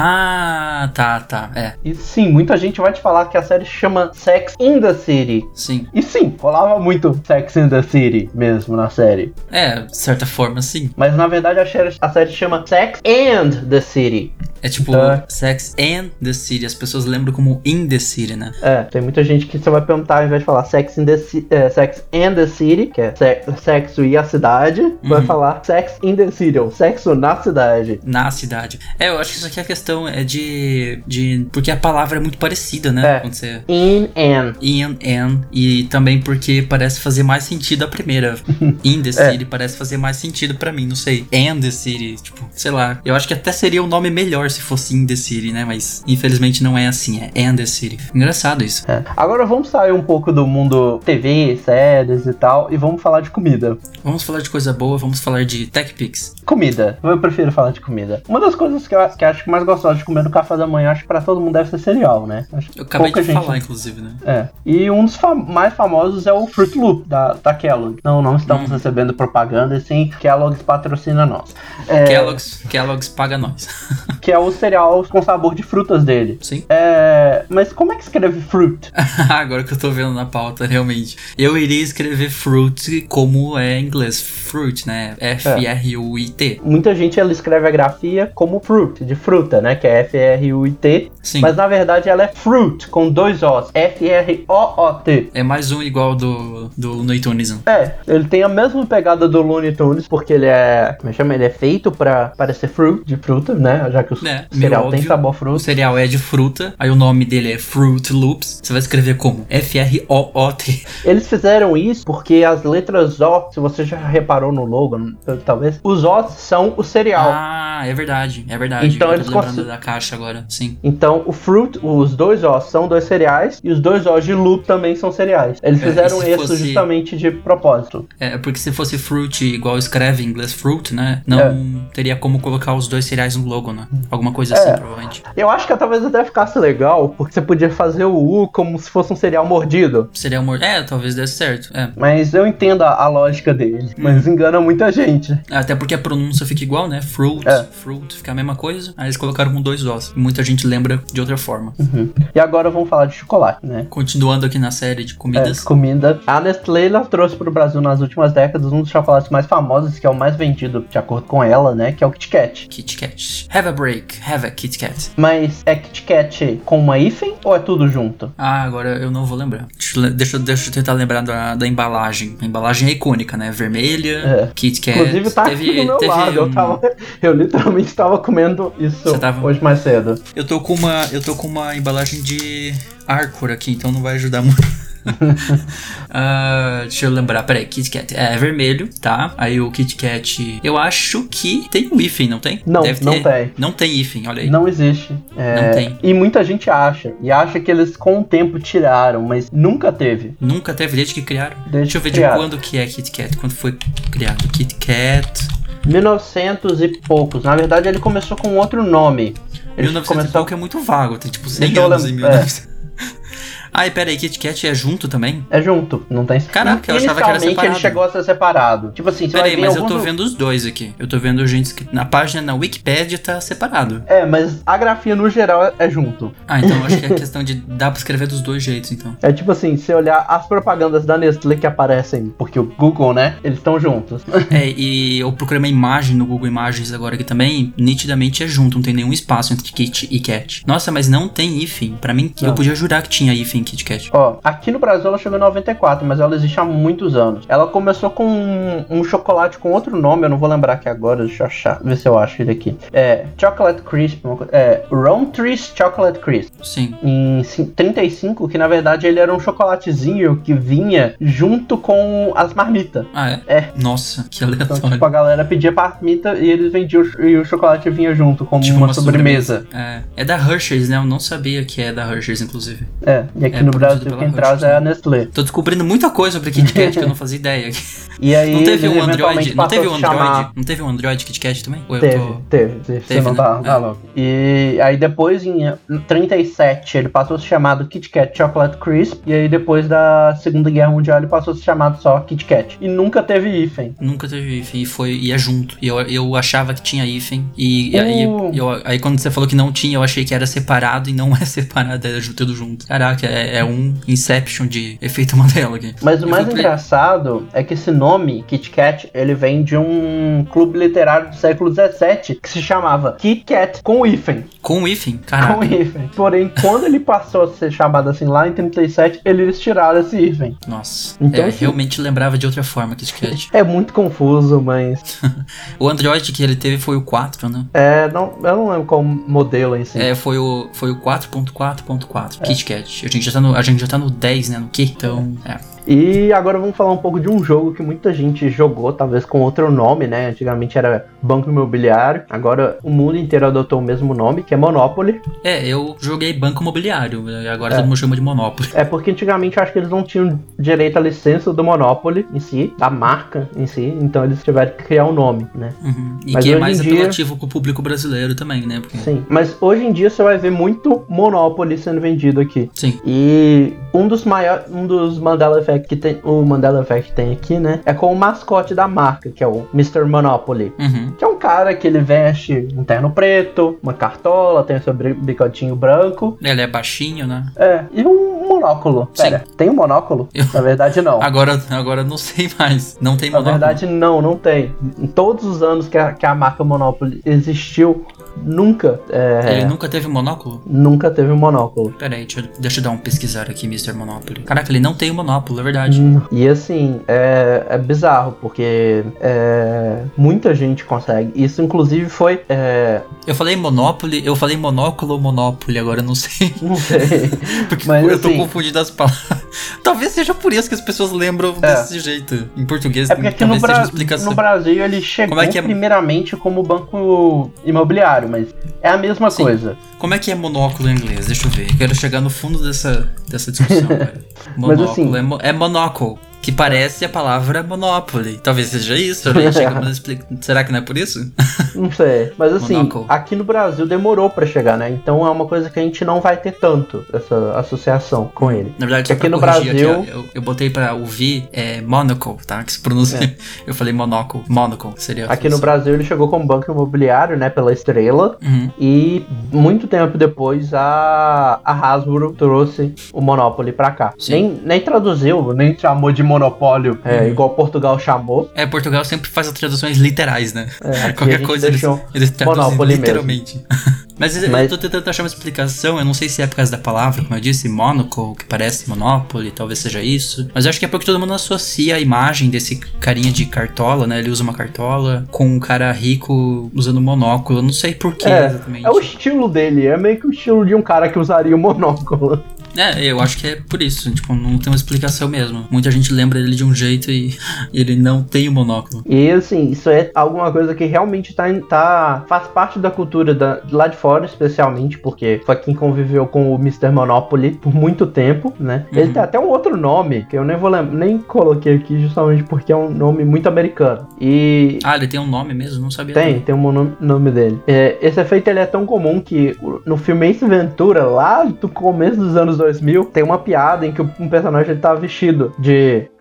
Ah, tá, tá, é, E sim, muita gente vai te falar que a série chama Sex in the City. sim. E sim, rolava muito Sex in the City mesmo na série. É, de certa forma, sim. Mas na verdade a série, a série chama Sex and the City. É tipo Tá. Sex and the City, as pessoas lembram como In the City, né? É, tem muita gente que você vai perguntar, ao invés de falar Sex, in the Ci- é, Sex and the City, que é se- sexo e a cidade, vai falar Sex in the City, ou sexo na cidade. Na cidade. É, eu acho que isso aqui a questão é de... de porque a palavra é muito parecida, né? É. Quando você... In and. In and. E também porque parece fazer mais sentido a primeira. In the City parece fazer mais sentido pra mim, não sei. And the City, tipo, sei lá. Eu acho que até seria um nome melhor se fosse In the City, né? Mas infelizmente não é assim, é And the City. Engraçado isso. É. Agora vamos sair um pouco do mundo T V, séries e tal, e vamos falar de comida. Vamos falar de coisa boa, vamos falar de Tech Pix. Comida. Eu prefiro falar de comida. Uma das coisas que eu, que eu acho que mais gostosa de comer no café da manhã, acho que pra todo mundo deve ser cereal, né? Acho que Eu acabei pouca de gente- falar, inclusive, né? É. E um dos fa- mais famosos é o Fruit Loop, da, da Kellogg. Não, não estamos Hum. recebendo propaganda, e sim, Kellogg's patrocina nós. É, Kellogg's, Kellogg's paga nós. que é o cereal com sabor de frutas dele. Sim. É, mas como é que escreve fruit? Agora que eu tô vendo na pauta, realmente. Eu iria escrever fruit como é em inglês. Fruit, né? F R U I T. Muita gente ela escreve a grafia como fruit, de fruta, né? Que é F R U I T. Sim. Mas na verdade ela é fruit, com dois Os. F R O O T. É mais um igual do, do Looney Tunes. É, ele tem a mesma pegada do Looney Tunes, porque ele é, como é que chama? Ele é feito pra parecer fruit, de fruta, né? Já que o É, cereal meio tem óbvio. sabor O fruta. cereal é de fruta, aí o nome dele é Fruit Loops. Você vai escrever como? F R O O T. Eles fizeram isso porque as letras O, se você já reparou no logo, talvez, os Os são o cereal. Ah, é verdade, é verdade. Então eu eles tô lembrando cons- da caixa agora, sim. Então, o fruit, os dois Os são dois cereais e os dois Os de loop também são cereais. Eles É, fizeram e se isso fosse- justamente de propósito. É, porque se fosse fruit igual escreve em inglês fruit, né? Não É. teria como colocar os dois cereais no logo, né? Alguma coisa assim, É. provavelmente. Eu acho que talvez até ficasse legal, porque você podia fazer o U como se fosse um cereal mordido. Seria amor. É, talvez desse certo. É. Mas eu entendo a, a lógica dele. Mas engana muita gente. Até porque a pronúncia fica igual, né? Fruit, É. fruit, fica a mesma coisa. Aí eles colocaram com dois Os. Muita gente lembra de outra forma. Uhum. E agora vamos falar de chocolate, né? Continuando aqui na série de É, comidas. comida. A Nestlé ela trouxe para o Brasil nas últimas décadas um dos chocolates mais famosos, que é o mais vendido, de acordo com ela, né? Que é o Kit Kat. Kit Kat. Have a break. Have a Kit Kat. Mas é Kit Kat com uma hífen ou é tudo junto? Ah, agora eu não vou lembrar. Deixa eu, le- deixa, eu- deixa eu tentar lembrar da, da embalagem. A embalagem é icônica, né? Vermelha, É. Kit Kat. Inclusive tá teve, aqui do meu teve lado. Eu, um- tava, eu literalmente tava comendo isso Você tava- hoje mais cedo. Eu tô com uma, eu tô com uma embalagem de Arcor aqui, então não vai ajudar muito. Ah, deixa eu lembrar, peraí, Kit Kat é vermelho, tá? Aí o Kit Kat, eu acho que tem um hífen, não tem? Não, Deve não ter. tem. Não tem hífen, olha aí. Não existe. É, Não tem. E muita gente acha. E acha que eles com o tempo tiraram, mas nunca teve. Nunca teve desde que criaram. Desde Deixa eu ver que de criaram. quando que é Kit Kat, quando foi criado. Kit Kat, mil e novecentos e poucos. Na verdade, ele começou com outro nome. Ele mil e novecentos e começou... pouco é muito vago, tem tipo cem Deixa eu anos lem- em mil e novecentos. Ai, pera aí, Kit Kat é junto também? É junto, não tem... Caraca, eu achava que era Inicialmente, separado. ele chegou a ser separado. Tipo assim, você Pera vai aí, ver mas eu alguns... tô vendo os dois aqui. Eu tô vendo gente que na página, na Wikipédia tá separado. É, mas a grafia no geral é junto. Ah, então eu acho que é questão de dá pra escrever dos dois jeitos, então. É tipo assim, se olhar as propagandas da Nestlé que aparecem, porque o Google, né, eles estão juntos. É, e eu procurei uma imagem no Google Imagens agora aqui também, nitidamente é junto, não tem nenhum espaço entre Kit e Cat. Nossa, mas não tem hífen. Pra mim, eu Não. podia jurar que tinha hífen Ifem Kit Kat? Ó, aqui no Brasil ela chegou em noventa e quatro, mas ela existe há muitos anos. Ela começou com um, um chocolate com outro nome, eu não vou lembrar aqui agora, deixa eu achar, ver se eu acho ele aqui. É, Chocolate Crisp, é, Roundtree's Chocolate Crisp. Sim. Em trinta e cinco, que na verdade ele era um chocolatezinho que vinha junto com as marmitas. Ah, é? É. Nossa, que aleatório. Então, tipo, a galera pedia marmita e eles vendiam e o chocolate vinha junto como Tipo uma, uma sobremesa. É. É da Hershey's, né? Eu não sabia que é da Hershey's, inclusive. É, e aqui É no produzido Brasil pela quem traz Hershey's, é a né? Nestlé. Tô descobrindo muita coisa sobre Kit Kat que eu não fazia ideia. E aí, Não teve eles um Android? eventualmente Não teve um passou a Android? chamar- Não teve um Android Kit Kat também? Ou eu Teve, tô... teve, teve, Teve, você não né? tá, tá É. louco. E aí depois, em trinta e sete, ele passou a ser chamado Kit Kat Chocolate Crisp. E aí depois da Segunda Guerra Mundial, ele passou a ser chamado só Kit Kat. E nunca teve hífen. Nunca teve hífen e foi, ia junto. E eu, eu achava que tinha hífen. E, e Uh. aí, eu, aí quando você falou que não tinha, eu achei que era separado e não é separado, é tudo junto. Caraca, é, é um Inception de efeito Mandela aqui. Mas o Eu mais fui- engraçado é que esse nome, Kit Kat, ele vem de um clube literário do século dezessete que se chamava Kit Kat com hífen. Com hífen? Caraca. Com hífen. Porém, quando ele passou a ser chamado assim lá em trinta e sete, eles tiraram esse hífen. Nossa. Então, é, assim- realmente lembrava de outra forma Kit Kat. É muito confuso, mas... O Android que ele teve foi o quatro, né? É, não, eu não lembro qual modelo em si. É, foi o, foi o quatro ponto quatro ponto quatro, Kit Kat. A gente, já tá no, a gente já tá no dez, né? No quê? Então, é. E agora vamos falar um pouco de um jogo que muita gente jogou, talvez com outro nome, né? Antigamente era Banco Imobiliário, agora o mundo inteiro adotou o mesmo nome, que é Monopoly. É, eu joguei Banco Imobiliário, agora É. todo mundo chama de Monopoly. É porque antigamente eu acho que eles não tinham direito à licença do Monopoly em si, da marca em si, então eles tiveram que criar um nome, né? Uhum. E Mas que é hoje mais em dia- apelativo pro público brasileiro também, né? Porque... Sim, mas hoje em dia você vai ver muito Monopoly sendo vendido aqui. Sim. E um dos maiores, um dos Mandela Effect que tem, o Mandela Effect tem aqui, né, é com o mascote da marca, que é o mister Monopoly. Uhum. Que é um cara que ele veste um terno preto, uma cartola, tem o seu bri- bigodinho branco, Ele é baixinho, né? é, e um monóculo. Sim. Pera, tem um monóculo? Eu- Na verdade não. Agora, agora não sei mais. Não tem Na monóculo. verdade não, não tem. Em todos os anos que a, que a marca Monopoly existiu, nunca, é, Ele nunca teve monóculo? nunca teve um monóculo. Pera aí, deixa, eu- deixa eu dar um pesquisar aqui, mister Monopoly. Caraca, ele não tem o monóculo, é verdade. Hum, E assim, é, é bizarro, porque é, muita gente consegue. Isso, inclusive, foi. É, Eu falei Monopoly, eu falei monóculo ou Monopoly, agora eu não sei. não sei. Porque Mas, eu tô assim- confundindo as palavras. Talvez seja por isso que as pessoas lembram É. desse jeito. Em português, É porque aqui no, talvez seja Bra uma explicação. no Brasil ele chegou Como é que é? primeiramente como banco imobiliário, mas é a mesma Sim. coisa. Como é que é monóculo em inglês? Deixa eu ver. Eu quero chegar no fundo dessa, dessa discussão, cara. Mas, Monóculo assim- é, mo é monocle, que parece a palavra Monopoly. Talvez seja isso. né? Chega uma explica- Será que não é por isso? Não sei. Mas assim, Monocle. aqui no Brasil demorou pra chegar, né? Então é uma coisa que a gente não vai ter tanto, essa associação com ele. Na verdade, só Aqui pra no corrigir Brasil- aqui, ó, eu, eu botei pra ouvir é monocle, tá? Que se pronuncia. Eu falei monocle. Monocle seria a Aqui no função. Brasil ele chegou como banco imobiliário, né? Pela Estrela. Uhum. E muito tempo depois a, a Hasbro trouxe o Monopoly pra cá. Sim. Nem, nem traduziu, nem chamou de monopólio, é, Uhum. igual Portugal chamou. É, Portugal sempre faz as traduções literais, né? É, aqui a Qualquer gente coisa eles, deixou eles traduzem Monopoly literalmente. Mas, eu- Mas- eu tô tentando achar uma explicação, eu não sei se é por causa da palavra, como eu disse, monocle, que parece Monopoly, talvez seja isso. Mas eu acho que é porque todo mundo associa a imagem desse carinha de cartola, né? Ele usa uma cartola com um cara rico usando monóculo. Eu não sei por que É, exatamente. é o estilo dele, é meio que o estilo de um cara que usaria o monóculo. É, eu acho que é por isso, tipo, não tem uma explicação mesmo. Muita gente lembra ele de um jeito e ele não tem o monóculo. E assim, isso é alguma coisa que realmente tá, em- tá faz parte da cultura da, de lá de fora, especialmente, porque foi quem conviveu com o mister Monopoly por muito tempo, né? Uhum. Ele tem até um outro nome, que eu nem vou lembrar, nem coloquei aqui justamente porque é um nome muito americano. E Ah, ele tem um nome mesmo? Não sabia. tem, não. tem um nome, nome dele. É, esse efeito ele é tão comum que o- no filme Ace Ventura, lá do começo dos anos dois mil, tem uma piada em que um personagem ele tá vestido de... É,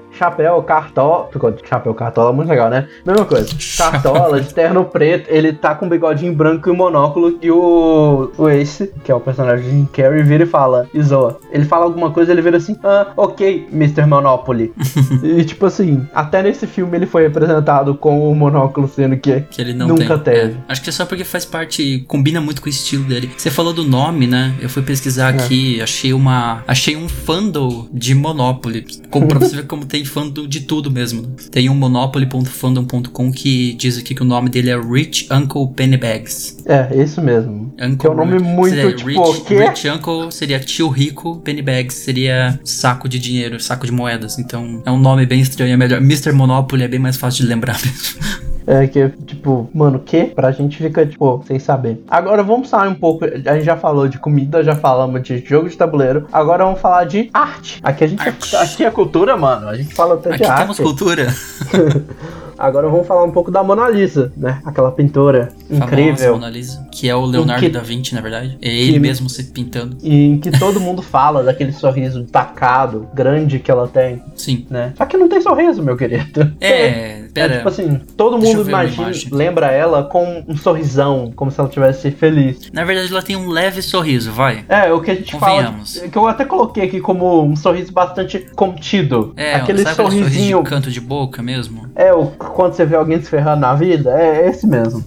chapéu, cartola. Chapéu, cartola é muito legal, né? Mesma coisa. Cartola, de terno preto, ele tá com um bigodinho branco e um monóculo. E o, o Ace, que é o personagem de Jim Carrey, vira e fala, e zoa. Ele fala alguma coisa, ele vira assim, ah, ok, mister Monopoly. E tipo assim, até nesse filme ele foi representado com o monóculo, sendo que, que ele não nunca tem. teve. É. Acho que é só porque faz parte, combina muito com o estilo dele. Você falou do nome, né? Eu fui pesquisar é. aqui, achei uma, achei um fandom de Monopoly. Como pra você ver como tem fandom de tudo mesmo. Tem um monopoly ponto fandom ponto com que diz aqui que o nome dele é Rich Uncle Pennybags. É, isso mesmo. Uncle que é um nome muito, seria tipo, Rich, que? Rich Uncle seria tio rico, Pennybags seria saco de dinheiro, saco de moedas. Então, é um nome bem estranho, é melhor. mister Monopoly é bem mais fácil de lembrar mesmo. É que, tipo, mano, o quê? Pra gente fica, tipo, sem saber. Agora vamos sair um pouco, a gente já falou de comida, já falamos de jogo de tabuleiro, agora vamos falar de arte. Aqui a gente, arte. Aqui é cultura, mano, a gente fala até Aqui de arte. Aqui temos cultura. Agora vamos falar um pouco da Mona Lisa, né? Aquela pintora incrível. Famosa Mona Lisa, que é o Leonardo que, da Vinci, na verdade. É ele que, mesmo se pintando. E em que todo mundo fala daquele sorriso tacado, grande que ela tem. Sim. Né? Só que não tem sorriso, meu querido. É, pera. É tipo assim, todo mundo imagina, lembra ela com um sorrisão, como se ela estivesse feliz. Na verdade, ela tem um leve sorriso, vai. É, o que a gente fala, que eu até coloquei aqui como um sorriso bastante contido. É, aquele sabe sorrisinho. Aquele sorriso de canto de boca mesmo? É, o, quando você vê alguém se ferrando na vida, é esse mesmo.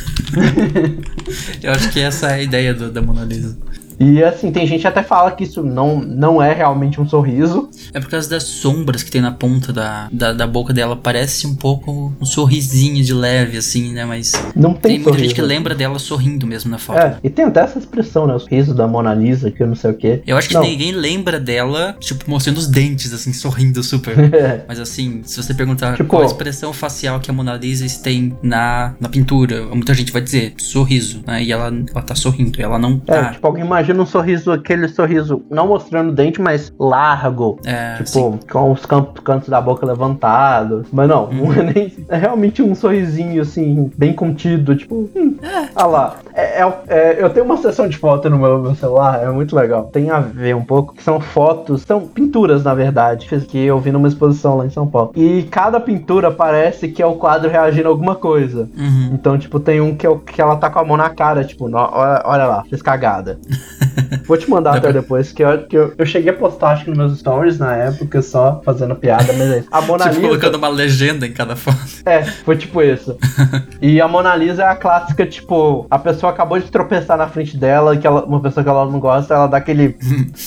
Eu acho que essa é a ideia do, da Mona Lisa. E assim, tem gente que até fala que isso não, não é realmente um sorriso. É por causa das sombras que tem na ponta da, da, da boca dela. Parece um pouco um sorrisinho de leve, assim, né? Mas não tem, tem muita sorriso. gente que lembra dela sorrindo mesmo na foto. É, e tem até essa expressão, né? O sorriso da Mona Lisa, que eu não sei o quê. Eu acho que não. ninguém lembra dela, tipo, mostrando os dentes, assim, sorrindo super. É. Mas assim, se você perguntar tipo, qual a expressão facial que a Mona Lisa tem na, na pintura, muita gente vai dizer sorriso, né? E ela, ela tá sorrindo, ela não tá... É, tipo, alguém imagina um sorriso, aquele sorriso, não mostrando o dente, mas largo. É, tipo, sim. com os campos, cantos da boca levantados. Mas não, hum. não é nem... É realmente um sorrisinho, assim, bem contido, tipo... Hum, é, ah lá. É, é, é, eu tenho uma sessão de foto no meu, meu celular, é muito legal. Tem a ver um pouco, que são fotos, são pinturas, na verdade, que eu vi numa exposição lá em São Paulo. E cada pintura parece que é o quadro reagindo a alguma coisa. Uhum. Então, tipo, tem um que, eu, que ela tá com a mão na cara, tipo, no, olha, olha lá, fez cagada. Vou te mandar até depois, que, eu, que eu, eu cheguei a postar, acho que nos meus stories na época, só fazendo piada, mas é isso. A Mona tipo, Lisa... colocando uma legenda em cada foto. É, foi tipo isso. E a Mona Lisa é a clássica, tipo, a pessoa acabou de tropeçar na frente dela, que ela, uma pessoa que ela não gosta, ela dá aquele...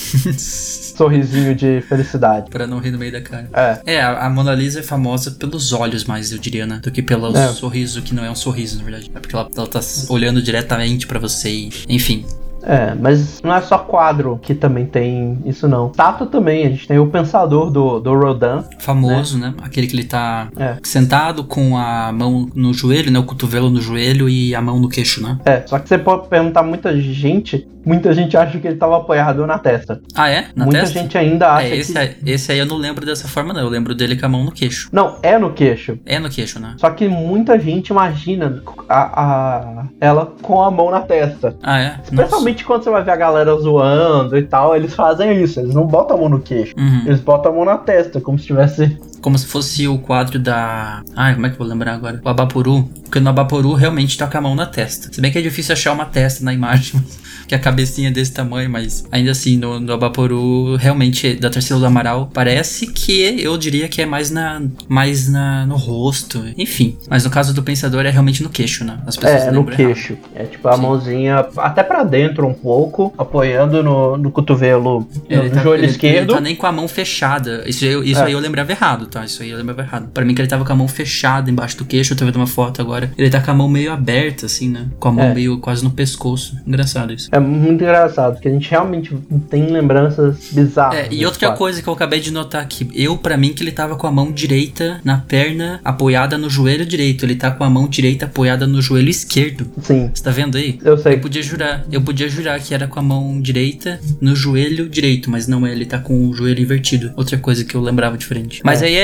sorrisinho de felicidade. Pra não rir no meio da cara. É. É, a, a Mona Lisa é famosa pelos olhos mais, eu diria, né? Do que pelo é. sorriso, que não é um sorriso, na verdade. É porque ela, ela tá olhando diretamente pra você e... Enfim... É, mas não é só quadro que também tem isso não. Estátua também, a gente tem o Pensador do, do Rodin. Famoso, né? né? Aquele que ele tá é. sentado com a mão no joelho, né? O cotovelo no joelho e a mão no queixo, né? É, só que você pode perguntar muita gente, muita gente acha que ele tava apoiado na testa. Ah, é? Na muita testa? gente ainda acha é, esse que... Aí, esse aí eu não lembro dessa forma, não. Eu lembro dele com a mão no queixo. Não, é no queixo. É no queixo, né? Só que muita gente imagina a, a, ela com a mão na testa. Ah, é? Especialmente Nossa. Quando você vai ver a galera zoando e tal, eles fazem isso. Eles não botam a mão no queixo. Uhum. Eles botam a mão na testa, como se tivesse... Como se fosse o quadro da... Ai, como é que eu vou lembrar agora? O Abaporu. Porque no Abaporu realmente tá com a mão na testa. Se bem que é difícil achar uma testa na imagem, que a cabecinha é desse tamanho, mas ainda assim, no, no Abaporu, realmente, da Tarsila do Amaral, parece que eu diria que é mais na mais na, no rosto, enfim. Mas no caso do Pensador é realmente no queixo, né? As pessoas é, no queixo. Errado. É tipo a Sim. mãozinha até pra dentro um pouco, apoiando no, no cotovelo, no, no tá, joelho ele, esquerdo. Ele tá nem com a mão fechada. Isso, eu, isso é. aí eu lembrava errado, tá? Isso aí eu lembrava errado. Pra mim que ele tava com a mão fechada embaixo do queixo, eu tô vendo uma foto agora. Ele tá com a mão meio aberta, assim, né? Com a mão é. meio quase no pescoço. Engraçado isso. É muito engraçado, porque a gente realmente tem lembranças bizarras. É, e outra quadro. coisa que eu acabei de notar aqui, eu, pra mim, que ele tava com a mão direita na perna apoiada no joelho direito. Ele tá com a mão direita apoiada no joelho esquerdo. Sim. Você tá vendo aí? Eu sei. Eu podia jurar, eu podia jurar que era com a mão direita no joelho direito, mas não é, ele tá com o joelho invertido. Outra coisa que eu lembrava diferente. Mas é. aí é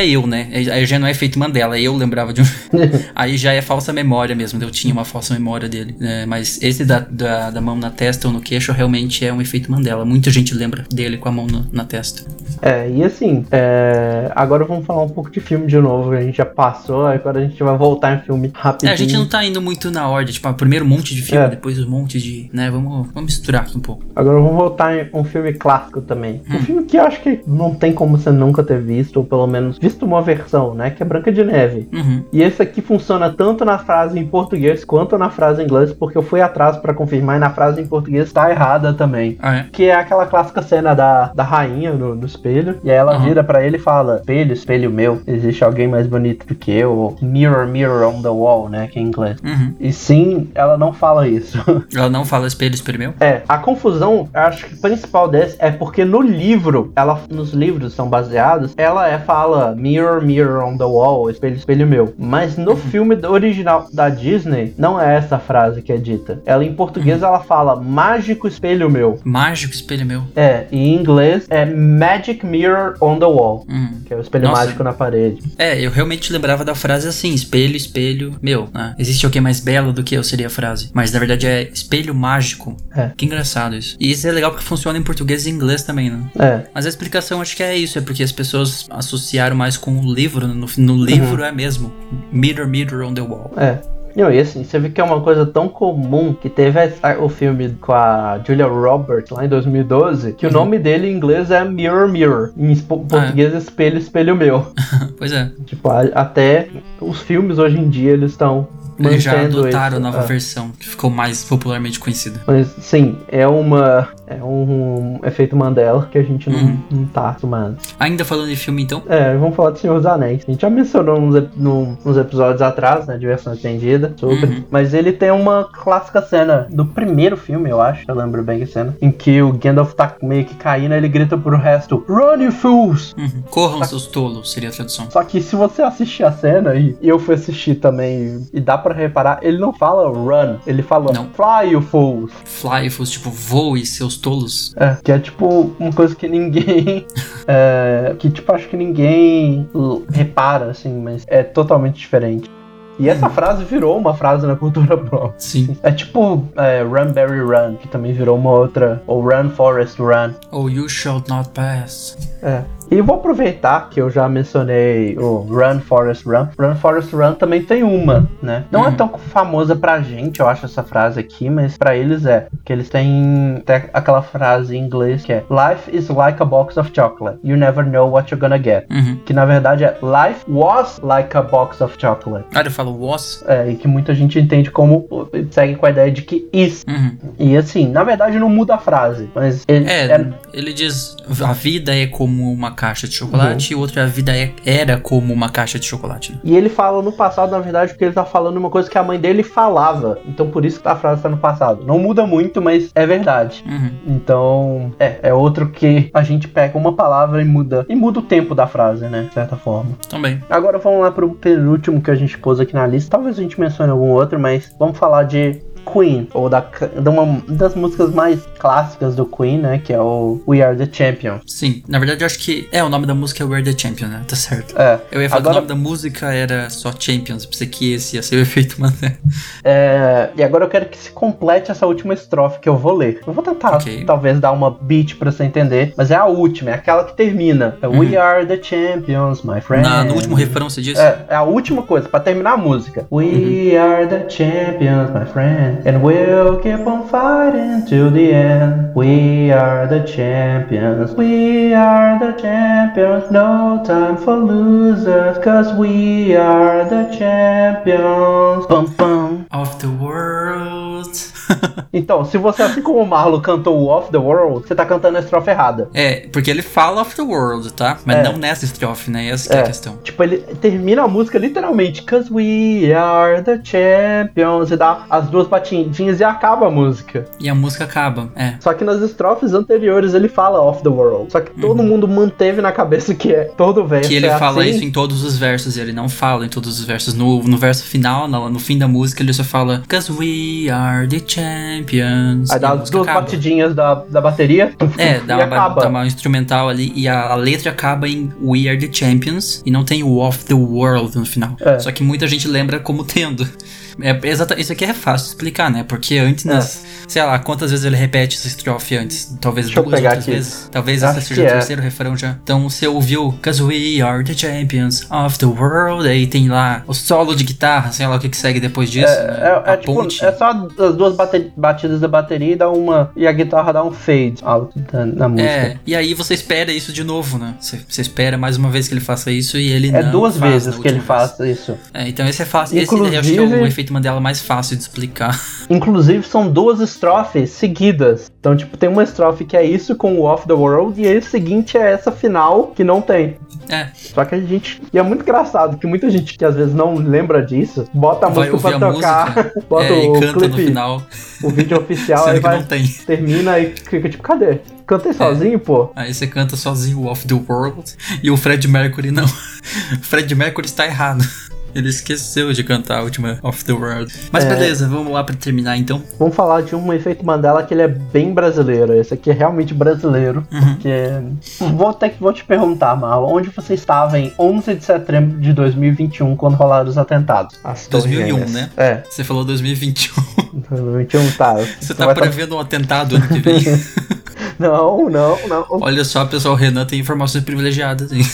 é eu, né? Aí já não é efeito Mandela, eu lembrava de um... Aí já é falsa memória mesmo, eu tinha uma falsa memória dele. É, mas esse da, da, da mão na testa ou no queixo realmente é um efeito Mandela. Muita gente lembra dele com a mão no, na testa. É, e assim, é... agora vamos falar um pouco de filme de novo. A gente já passou, agora a gente vai voltar em filme rapidinho. É, a gente não tá indo muito na ordem, tipo, primeiro um monte de filme, É. depois um monte de... né, vamos, vamos misturar aqui um pouco. Agora vamos voltar em um filme clássico também. Hum. Um filme que eu acho que não tem como você nunca ter visto, ou pelo menos visto uma versão, né? Que é Branca de Neve. Uhum. E esse aqui funciona tanto na frase em português quanto na frase em inglês, porque eu fui atrás pra confirmar e na frase em português tá errada também. Ah, é? Que é aquela clássica cena da, da rainha no, no espelho, e aí ela Uhum. vira pra ele e fala: espelho, espelho meu, existe alguém mais bonito do que eu, ou mirror, mirror on the wall, né? Que é em inglês. Uhum. E sim, ela não fala isso. Ela não fala espelho, espelho meu? É, a confusão, acho que principal desse é porque no livro, ela, nos livros são baseados, ela é, fala mirror, mirror on the wall, espelho, espelho meu. Mas no filme original da Disney, não é essa frase que é dita. Ela em português, ela fala mágico espelho meu. Mágico espelho meu. É, e em inglês é magic mirror on the wall, Uhum. que é o espelho Nossa. mágico na parede. É, eu realmente lembrava da frase assim, espelho, espelho, meu, né? Existe alguém mais belo do que eu, seria a frase. Mas na verdade é espelho mágico. É. Que engraçado isso. E isso é legal porque funciona em português e inglês também, né? É. Mas a explicação acho que é isso, é porque as pessoas associaram mais com o livro, no, no livro é mesmo. Mirror, mirror on the wall. É. Não, e assim, você vê que é uma coisa tão comum que teve a, o filme com a Julia Roberts lá em dois mil e doze, que Uhum. o nome dele em inglês é Mirror Mirror, em espo- português é Espelho, Espelho Meu. Pois é. Tipo, a- até os filmes hoje em dia eles estão Eles já mantendo adotaram a isso. nova É. versão, que ficou mais popularmente conhecida. Mas sim, é uma é um, efeito Mandela que a gente não, Uhum. não tá acostumado. Ainda falando de filme então, É, vamos falar do Senhor dos Anéis. A gente já mencionou uns, ep- num- uns episódios atrás, né, de versão estendida, sobre. Uhum. Mas ele tem uma clássica cena do primeiro filme, eu acho, eu lembro bem a cena, em que o Gandalf tá meio que caindo, ele grita pro resto: Run, you fools! uhum. Corram seus tolos, seria a tradução. Só que se você assistir a cena, e eu fui assistir também, e dá pra reparar, ele não fala run, ele fala Não. fly, you fools. Fly, fosse tipo, voe seus tolos. É, que é tipo uma coisa que ninguém. é, que tipo, acho que ninguém l- repara, assim, mas é totalmente diferente. E essa frase virou uma frase na cultura pop. Sim. É tipo é, Run, Barry, Run, que também virou uma outra. Ou Run, Forest, Run. Oh, you shall not pass. É. E vou aproveitar que eu já mencionei o Run, Forest, Run. Run, Forest, Run também tem uma, né? Não é Uhum. tão famosa pra gente, eu acho, essa frase aqui, mas pra eles é. Que eles têm, tem aquela frase em inglês que é Life is like a box of chocolate. You never know what you're gonna get. Uhum. Que na verdade é Life was like a box of chocolate. Ah, ele fala was? É, e que muita gente entende como segue com a ideia de que is. Uhum. E assim, na verdade não muda a frase, mas ele É, é- ele diz a vida é como uma caixa de chocolate e outra a vida é, era como uma caixa de chocolate. Né? E ele fala no passado, na verdade, porque ele tá falando uma coisa que a mãe dele falava. Então por isso que a frase tá no passado. Não muda muito, mas é verdade. Uhum. Então, é, é outro que a gente pega uma palavra e muda. E muda o tempo da frase, né? De certa forma. Também. Agora vamos lá pro penúltimo que a gente pôs aqui na lista. Talvez a gente mencione algum outro, mas vamos falar de Queen, ou da, de uma das músicas mais clássicas do Queen, né, que é o We Are The Champions. Sim, na verdade eu acho que é, o nome da música é We're The Champion, né? Tá certo. É, Eu ia falar agora, que o nome da música era só Champions, pensei que esse ia ser o efeito Mandela. é, e agora eu quero que se complete essa última estrofe que eu vou ler. Eu vou tentar, Ok. talvez, dar uma beat pra você entender, mas é a última, é aquela que termina. É, We Are The Champions, my friend. Na, no último refrão você disse? É, é a última coisa, pra terminar a música. We are the champions, my friend, and we'll keep on fighting till the end. We are the champions, we are the champions, no time for losers, cause we are the champions. Pam, pam. Of the world. Então, se você, assim como o Marlo cantou o Off the World, você tá cantando a estrofe errada. É, porque ele fala of the world, tá? Mas É. não nessa estrofe, né? Essa que é a questão. Tipo, ele termina a música literalmente, cause we are the champions, e dá as duas batidinhas e acaba a música. E a música acaba, é. Só que nas estrofes anteriores ele fala off the world. Só que todo mundo manteve na cabeça que é todo verso. Que ele é fala assim. isso em todos os versos, e ele não fala em todos os versos. No, no verso final, no, no fim da música, ele só fala Cause we are the champions. champions. Aí dá as duas acaba. batidinhas da, da bateria. É, dá e uma, acaba. dá uma instrumental ali e a, a letra acaba em We Are The Champions e não tem o Of The World no final. É. Só que muita gente lembra como tendo. É, exata, isso aqui é fácil de explicar, né? Porque antes, É. nas, sei lá, quantas vezes ele repete essa estrofe antes? Talvez Deixa eu duas pegar outras aqui. vezes. Talvez Acho esse seja que o é. terceiro refrão já. Então você ouviu Cause we are the champions of the world. Aí tem lá o solo de guitarra, sei lá o que, que segue depois disso. É, né? é, A é tipo, ponte. é só as duas bate- batidas da bateria e dá uma. E a guitarra dá um fade alto da, na música. É, e aí você espera isso de novo, né? Você, você espera mais uma vez que ele faça isso e ele É não duas faz vezes na que ele última vez. faz isso. É, então esse é fácil. Inclusive- Esse eu acho que é o efeito Mandela mais fácil de explicar. Inclusive, são duas estrofes seguidas. Então, tipo, tem uma estrofe que é isso com o Off the World, e aí o seguinte é essa final que não tem. É. Só que a gente. E é muito engraçado que muita gente que às vezes não lembra disso, bota a Vai música pra ouvir a tocar, música, bota é, o e canta clipe, no final. o vídeo oficial, Sendo aí que vai, não tem. termina e fica tipo, cadê? Cantei sozinho, pô. Aí você canta sozinho o Off the World e o Fred Mercury não. O Fred Mercury está errado. Ele esqueceu de cantar a última Off the World. Mas É. beleza, vamos lá pra terminar então. Vamos falar de um efeito Mandela que ele é bem brasileiro. Esse aqui é realmente brasileiro. Uhum. Porque. Vou até que vou te perguntar, Mal, onde você estava em onze de setembro de dois mil e vinte e um quando rolaram os atentados? As dois Torres mil e um, Gêmeas. né? É, Você falou dois mil e vinte e um. dois mil e vinte e um, tá. Você tá Vai prevendo um atentado ano que vem. Não, não, não. Olha só, pessoal, o Renan tem informações privilegiadas, hein?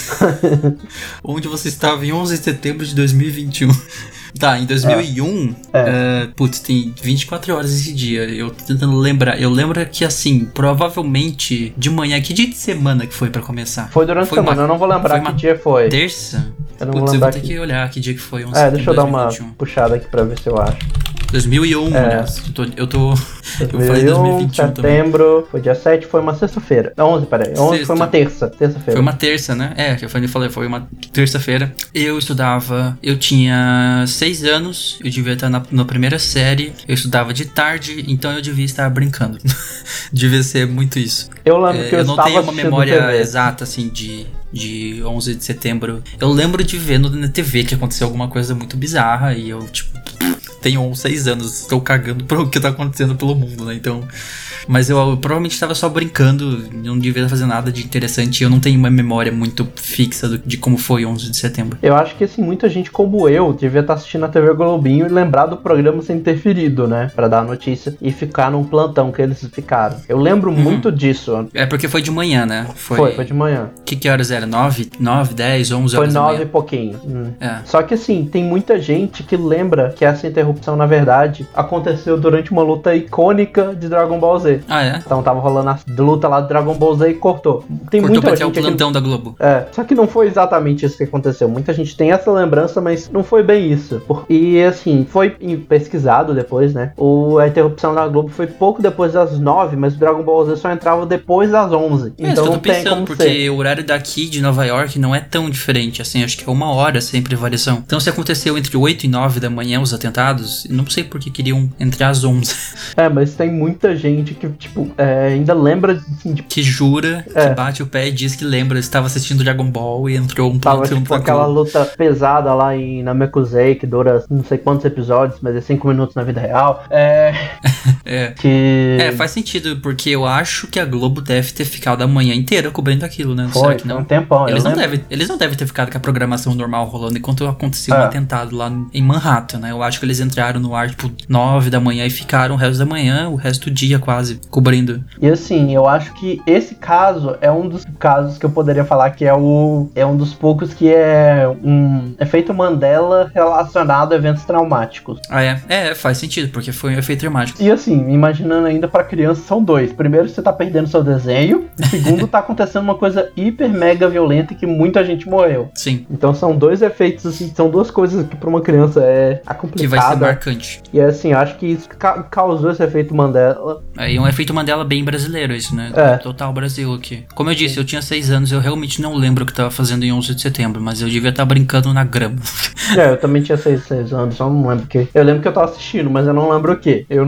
Onde você estava em onze de setembro de dois mil e vinte e um? Tá, em dois mil e um, É. é, putz, tem vinte e quatro horas esse dia. Eu tô tentando lembrar. Eu lembro que, assim, provavelmente de manhã, que dia de semana que foi pra começar? Foi durante a Foi semana, uma- eu não vou lembrar foi que uma dia foi. Terça? Eu não vou Putz, eu lembrar vou ter que- que olhar que dia que foi. onze É, de deixa eu dar uma dois mil e vinte e um. puxada aqui pra ver se eu acho. dois mil e um, É. né? Eu tô. Eu, tô, eu falei dois mil e vinte e um também. setembro, foi dia sete, foi uma sexta-feira. Não, onze, peraí. onze Sexta. foi uma terça, terça-feira. Foi uma terça, né? É, que eu falei, foi uma terça-feira. Eu estudava, eu tinha seis anos, eu devia estar na, na primeira série, eu estudava de tarde, então eu devia estar brincando. Devia ser muito isso. Eu lembro É, que eu, eu não estava tenho uma assistindo memória T V. exata, assim, de, de onze de setembro. Eu lembro de ver no, na T V que aconteceu alguma coisa muito bizarra e eu, tipo, tenho seis anos, estou cagando pro que tá acontecendo pelo mundo, né? Então. Mas eu, eu provavelmente estava só brincando, não devia fazer nada de interessante. Eu não tenho uma memória muito fixa do, de como foi onze de setembro. Eu acho que, assim, muita gente como eu devia estar assistindo a T V Globinho e lembrar do programa ser interferido, né? Pra dar a notícia e ficar num plantão que eles ficaram. Eu lembro muito disso. É porque foi de manhã, né? Foi, Foi, foi de manhã. Que, que horas era? nove, nove, dez, onze Foi horas da nove e manhã? pouquinho. Hum. É. Só que assim, tem muita gente que lembra que essa interrupção, na verdade, aconteceu durante uma luta icônica de Dragon Ball Z. Ah, é? Então tava rolando a luta lá do Dragon Ball Z e cortou. Tem Cortou muita pra ter o gente aqui... plantão da Globo. É, só que não foi exatamente isso que aconteceu. Muita gente tem essa lembrança, mas não foi bem isso. Por- E assim, foi pesquisado depois, né? O, a interrupção da Globo foi pouco depois das nove, mas o Dragon Ball Z só entrava depois das onze. É isso Então que eu não tô tem pensando, como porque ser. o horário daqui de Nova York não é tão diferente, assim, acho que é uma hora sempre variação. Então se aconteceu entre oito e nove da manhã os atentados, eu não sei por que queriam entre as onze. É, mas tem muita gente que, tipo, é, ainda lembra, assim, de Que jura, É. que bate o pé e diz que lembra, estava assistindo Dragon Ball e entrou um Tava plantão tipo pra aquela Globo. luta pesada lá em Namekusei, que dura não sei quantos episódios, mas é cinco minutos na vida real. É. É. Que. É, faz sentido, porque eu acho que a Globo deve ter ficado a manhã inteira cobrindo aquilo, né? Foi, Será que foi não? um tempão. eu Eles não, lembro. devem, eles não devem ter ficado com a programação normal rolando enquanto aconteceu um É. atentado lá em Manhattan, né? Eu acho que eles entraram no ar, tipo, nove da manhã e ficaram o resto da manhã, o resto do dia quase, cobrindo. E assim, eu acho que esse caso é um dos casos que eu poderia falar que é o é um dos poucos que é um efeito Mandela relacionado a eventos traumáticos. Ah, é? É, faz sentido, porque foi um efeito dramático. E assim, imaginando ainda pra criança, são dois. Primeiro, você tá perdendo seu desenho. E segundo, tá acontecendo uma coisa hiper mega violenta e que muita gente morreu. Sim, Então são dois efeitos, assim, são duas coisas que pra uma criança é a que complicada. vai ser marcante. E assim, eu acho que isso ca- causou esse efeito Mandela. É, e um efeito Mandela bem brasileiro isso, né? É. Total Brasil aqui. Como eu disse, eu tinha seis anos, eu realmente não lembro o que eu tava fazendo em onze de setembro, mas eu devia estar brincando na grama. É, eu também tinha seis, seis anos, só não lembro o que. Eu lembro que eu tava assistindo, mas eu não lembro o que. Eu não sou desse.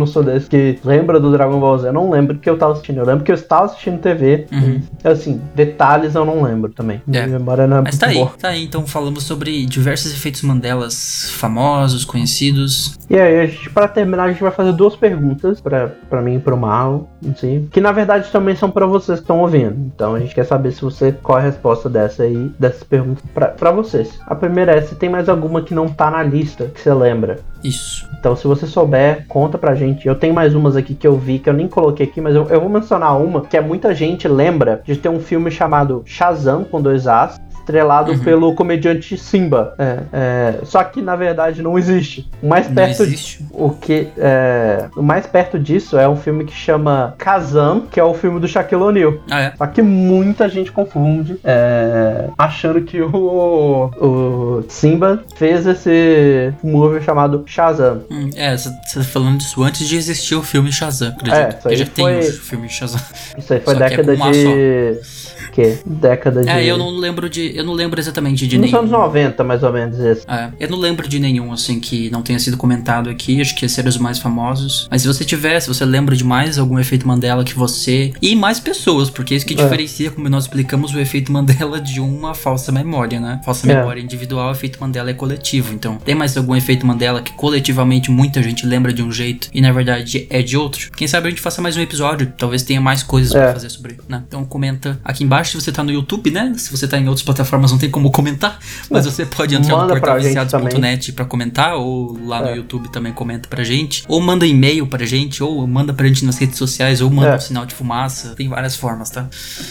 que lembra do Dragon Ball Z, eu não lembro que eu tava assistindo. Eu lembro que eu estava assistindo T V. Uhum. E, assim, detalhes eu não lembro também. Minha É. memória não é Mas muito tá aí, boa. tá aí. Então falamos sobre diversos efeitos Mandelas famosos, conhecidos. E aí, a gente, pra terminar, a gente vai fazer duas perguntas pra, pra mim e pro Mal, assim, que na verdade também são pra vocês que estão ouvindo. Então a gente quer saber se você qual é a resposta dessa aí, dessas perguntas pra, pra vocês. A primeira é se tem mais alguma que não tá na lista, que você lembra. Isso. Então, se você souber, conta pra gente. Eu tenho mais umas aqui que eu vi, que eu nem coloquei aqui, mas eu, eu vou mencionar uma, que é muita gente lembra de ter um filme chamado Shazam, com dois As, estrelado Uhum. pelo comediante Simba. É, é, só que, na verdade, não existe. O mais Não perto, existe. o que, é, o mais perto disso é um filme que chama Kazam, que é o filme do Shaquille O'Neal. Ah, é? Só que muita gente confunde, é, achando que o, o Simba fez esse movie chamado Shazam. Hum, é, você tá falando disso antes de existir o filme Shazam, acredito. É, isso Porque aí já foi- tem o filme Shazam. Isso aí foi Só que é década com um A de... Que? Década de... É, eu não lembro de. Eu não lembro exatamente de Nos nenhum. anos noventa, mais ou menos, esse. É, eu não lembro de nenhum, assim, que não tenha sido comentado aqui. Acho que esses eram os mais famosos. Mas se você tiver, se você lembra de mais algum efeito Mandela que você... E mais pessoas, porque é isso que É. diferencia, como nós explicamos, o efeito Mandela de uma falsa memória, né? Falsa É. memória individual, o efeito Mandela é coletivo. Então, tem mais algum efeito Mandela que coletivamente muita gente lembra de um jeito e na verdade é de outro? Quem sabe a gente faça mais um episódio. Talvez tenha mais coisas É. pra fazer sobre, né? Então comenta aqui embaixo se você tá no YouTube, né? Se você tá em outras plataformas não tem como comentar, mas você pode entrar Manda no pra portal gente viciados ponto net pra comentar, ou lá no É. YouTube também comenta pra gente, ou manda e-mail pra gente, ou manda pra gente nas redes sociais, ou manda É. um sinal de fumaça. Tem várias formas, tá?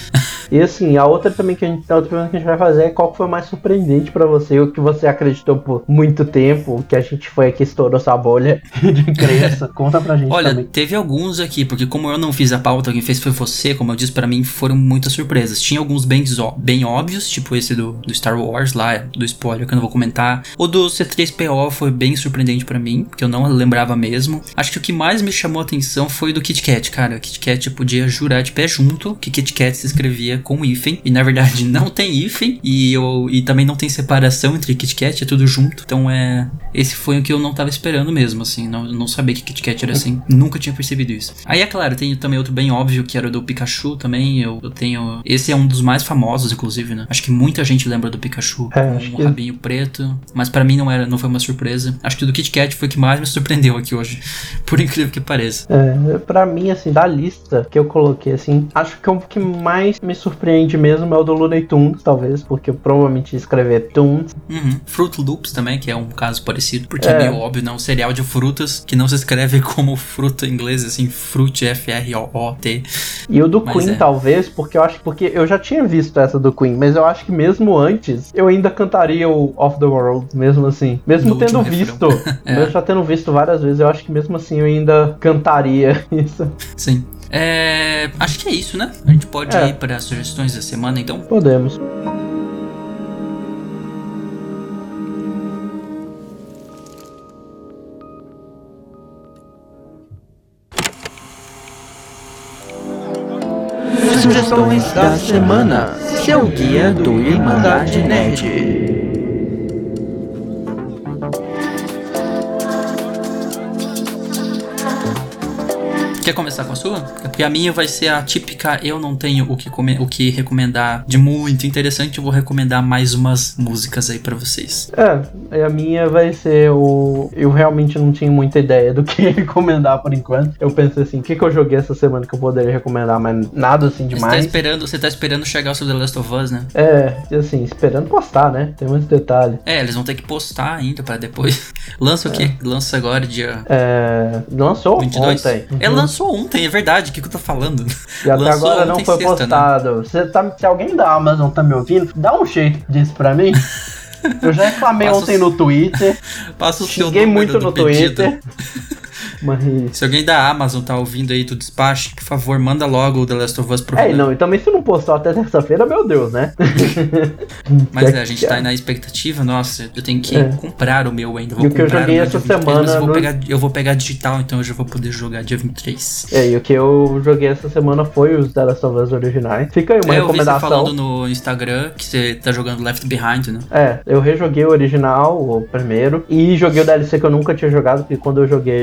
E assim, a outra também que a gente, a outra pergunta que a gente vai fazer é qual que foi mais surpreendente pra você, o que você acreditou por muito tempo, o que a gente foi aqui, estourou sua bolha de crença. Conta pra gente Olha, também. teve alguns aqui, porque como eu não fiz a pauta, quem fez foi você, como eu disse, pra mim foram muitas surpresas. Tinha alguns bem, ó- bem óbvios, tipo esse do, do Star Wars lá, do spoiler que eu não vou comentar. O do C três P O foi bem surpreendente pra mim, porque eu não lembrava mesmo. Acho que o que mais me chamou a atenção foi do Kit Kat, cara. O Kit Kat eu podia jurar de pé junto que Kit Kat se escrevia com hífen, e na verdade não tem hífen, e, eu, e também não tem separação entre Kit Kat, é tudo junto. Então é... Esse foi o que eu não tava esperando mesmo, assim. Não, não sabia que Kit Kat era assim. Nunca tinha percebido isso. Aí, é claro, tem também outro bem óbvio, que era o do Pikachu também. Eu, eu tenho... Esse é um dos mais famosos, inclusive, né? Acho que muita gente lembra do Pikachu É, com acho um que- rabinho preto. Mas pra mim não, era, não foi uma surpresa. Acho que o do Kit Kat foi o que mais me surpreendeu aqui hoje. Por incrível que pareça. É, pra mim, assim, da lista que eu coloquei, assim, acho que o que mais me surpreende mesmo é o do Looney Tunes, talvez, porque eu provavelmente ia escrever Tunes. Uhum. Fruit Loops também, que é um caso parecido, porque é, É. meio óbvio, né? Um cereal de frutas que não se escreve como fruta em inglês, assim, fruit, F R O O T. E o do Mas Queen, é. talvez, porque eu acho porque eu já tinha visto essa do Queen, mas eu acho que mesmo antes eu ainda cantaria o Off the World, mesmo assim. Mesmo No tendo último visto, refrão. É. mesmo já tendo visto várias vezes, eu acho que mesmo assim eu ainda cantaria isso. Sim. É, acho que é isso, né? A gente pode É. ir para as sugestões da semana, então. Podemos. Sugestões da semana. Seu guia do Irmandade Nerd. Quer começar com a sua? É porque a minha vai ser a típica eu não tenho o que, come- o que recomendar de muito interessante, eu vou recomendar mais umas músicas aí pra vocês. É, a minha vai ser o... Eu realmente não tinha muita ideia do que recomendar por enquanto. Eu pensei assim, o que, que eu joguei essa semana que eu poderia recomendar, mas nada assim Você tá, demais. esperando, você tá esperando chegar o seu The Last of Us, né? É, e assim, esperando postar, né? Tem muitos detalhes. É, eles vão ter que postar ainda pra depois. Lança o quê? Lança agora dia É, lançou vinte e dois? ontem. É, Uhum. lançou ontem, é verdade. O que, que eu tô falando? E até Lançou agora não ontem, foi sexta, né? postado. Você tá, se alguém da Amazon tá me ouvindo, dá um jeito disso pra mim. Eu já reclamei Passa ontem o- no Twitter. Passa o seu Xinguei número muito do no pedido. Twitter. Mas. Se alguém da Amazon tá ouvindo aí do despacho, por favor, manda logo o The Last of Us pro É, Renan. não, e também se não postar até terça-feira, meu Deus, né? Mas é, a gente tá aí na expectativa, nossa, eu tenho que É. comprar o meu ainda. Vou E o que eu comprar joguei meu essa dia vinte e três, semana mas eu vou, no- pegar, eu vou pegar digital, então eu já vou poder jogar dia vinte e três. É, e o que eu joguei essa semana foi os The Last of Us originais. Fica aí uma É, eu vi você recomendação. falando no Instagram que você tá jogando Left Behind, né? É, eu rejoguei o original, o primeiro, e joguei o D L C que eu nunca tinha jogado, porque quando eu joguei o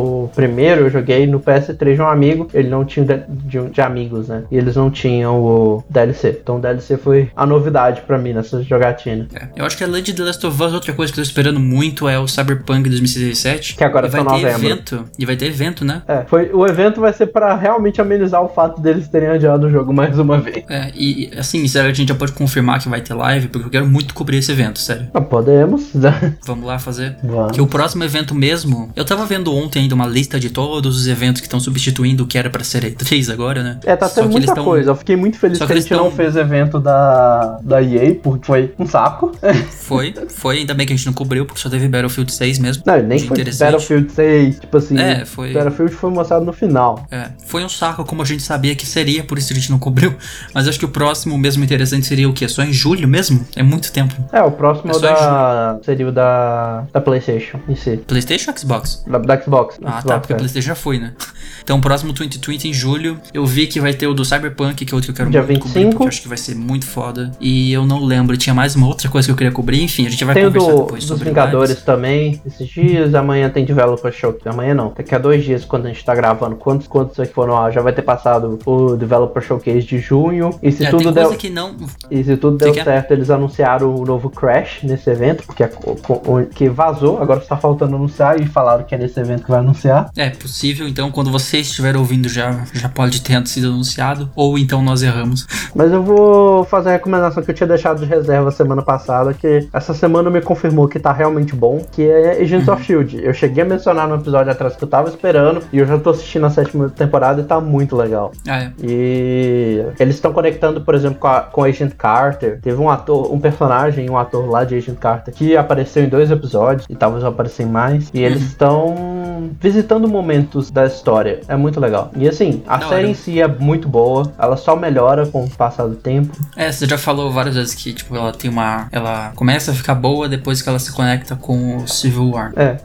o primeiro eu joguei no P S três de um amigo, ele não tinha de, de, de amigos, né? E eles não tinham o D L C. Então o D L C foi a novidade pra mim nessa jogatina. É, eu acho que além de The Last of Us, outra coisa que eu tô esperando muito é o Cyberpunk dois mil e sessenta e sete. Que agora e vai tá ter novembro. evento. E vai ter evento, né? É, foi, o evento vai ser pra realmente amenizar o fato deles terem adiado o jogo mais uma vez. É, e assim, sério, a gente já pode confirmar que vai ter live, porque eu quero muito cobrir esse evento, sério. Ah, podemos. Vamos lá fazer. Vamos. Que o próximo evento mesmo, eu tava vendo ontem ainda uma lista de todos os eventos que estão substituindo o que era pra ser E três agora, né? É, tá tendo muita tão... coisa. Eu fiquei muito feliz Só que, que a gente tão... não fez evento da, da E A, porque foi um saco. Foi, foi. Ainda bem que a gente não cobriu, porque só teve Battlefield seis mesmo. Não, nem foi Battlefield seis, tipo assim. É, foi... Battlefield foi mostrado no final. É, foi um saco como a gente sabia que seria, por isso a gente não cobriu. Mas acho que o próximo mesmo interessante seria o quê? Só em julho mesmo? É muito tempo. É, o próximo é da... seria o da... da PlayStation em si. PlayStation ou Xbox? Da, da Xbox. Ah, Xbox, tá, porque é. a PlayStation já foi, né? Então, o próximo dois mil e vinte em julho, eu vi que vai ter o do Cyberpunk, que é outro que eu quero Dia muito vinte e cinco. cobrir, porque eu acho que vai ser muito foda. E eu não lembro, tinha mais uma outra coisa que eu queria cobrir, enfim, a gente vai tem conversar do, depois dos sobre Vingadores lives. também, esses dias, amanhã tem Developer Showcase, amanhã não, daqui a dois dias quando a gente tá gravando, quantos, quantos aqui foram lá, já vai ter passado o Developer Showcase de junho, e se É, tudo tem deu... coisa que não... E se tudo deu que certo, é? Eles anunciaram o novo Crash nesse evento, porque é, o, que vazou, agora está faltando anunciar, e falaram que é nesse evento que vai anunciar. É possível, então quando você estiver ouvindo já, já pode ter sido anunciado, ou então nós erramos. Mas eu vou fazer a recomendação que eu tinha deixado de reserva semana passada, que essa semana me confirmou que tá realmente bom, que é Agents Uhum. of Shield. Eu cheguei a mencionar no episódio atrás que eu tava esperando, e eu já tô assistindo a sétima temporada e tá muito legal. Ah, é. E eles estão conectando, por exemplo, com, a, com Agent Carter. Teve um ator, um personagem, um ator lá de Agent Carter que apareceu em dois episódios, e talvez vá aparecer em mais, e eles estão visitando momentos da história. É muito legal. E assim, a Da série hora. em si é muito boa, ela só melhora com o passar do tempo. É, você já falou várias vezes que, tipo, ela tem uma... Ela começa a ficar boa depois que ela se conecta com o Civil War. É,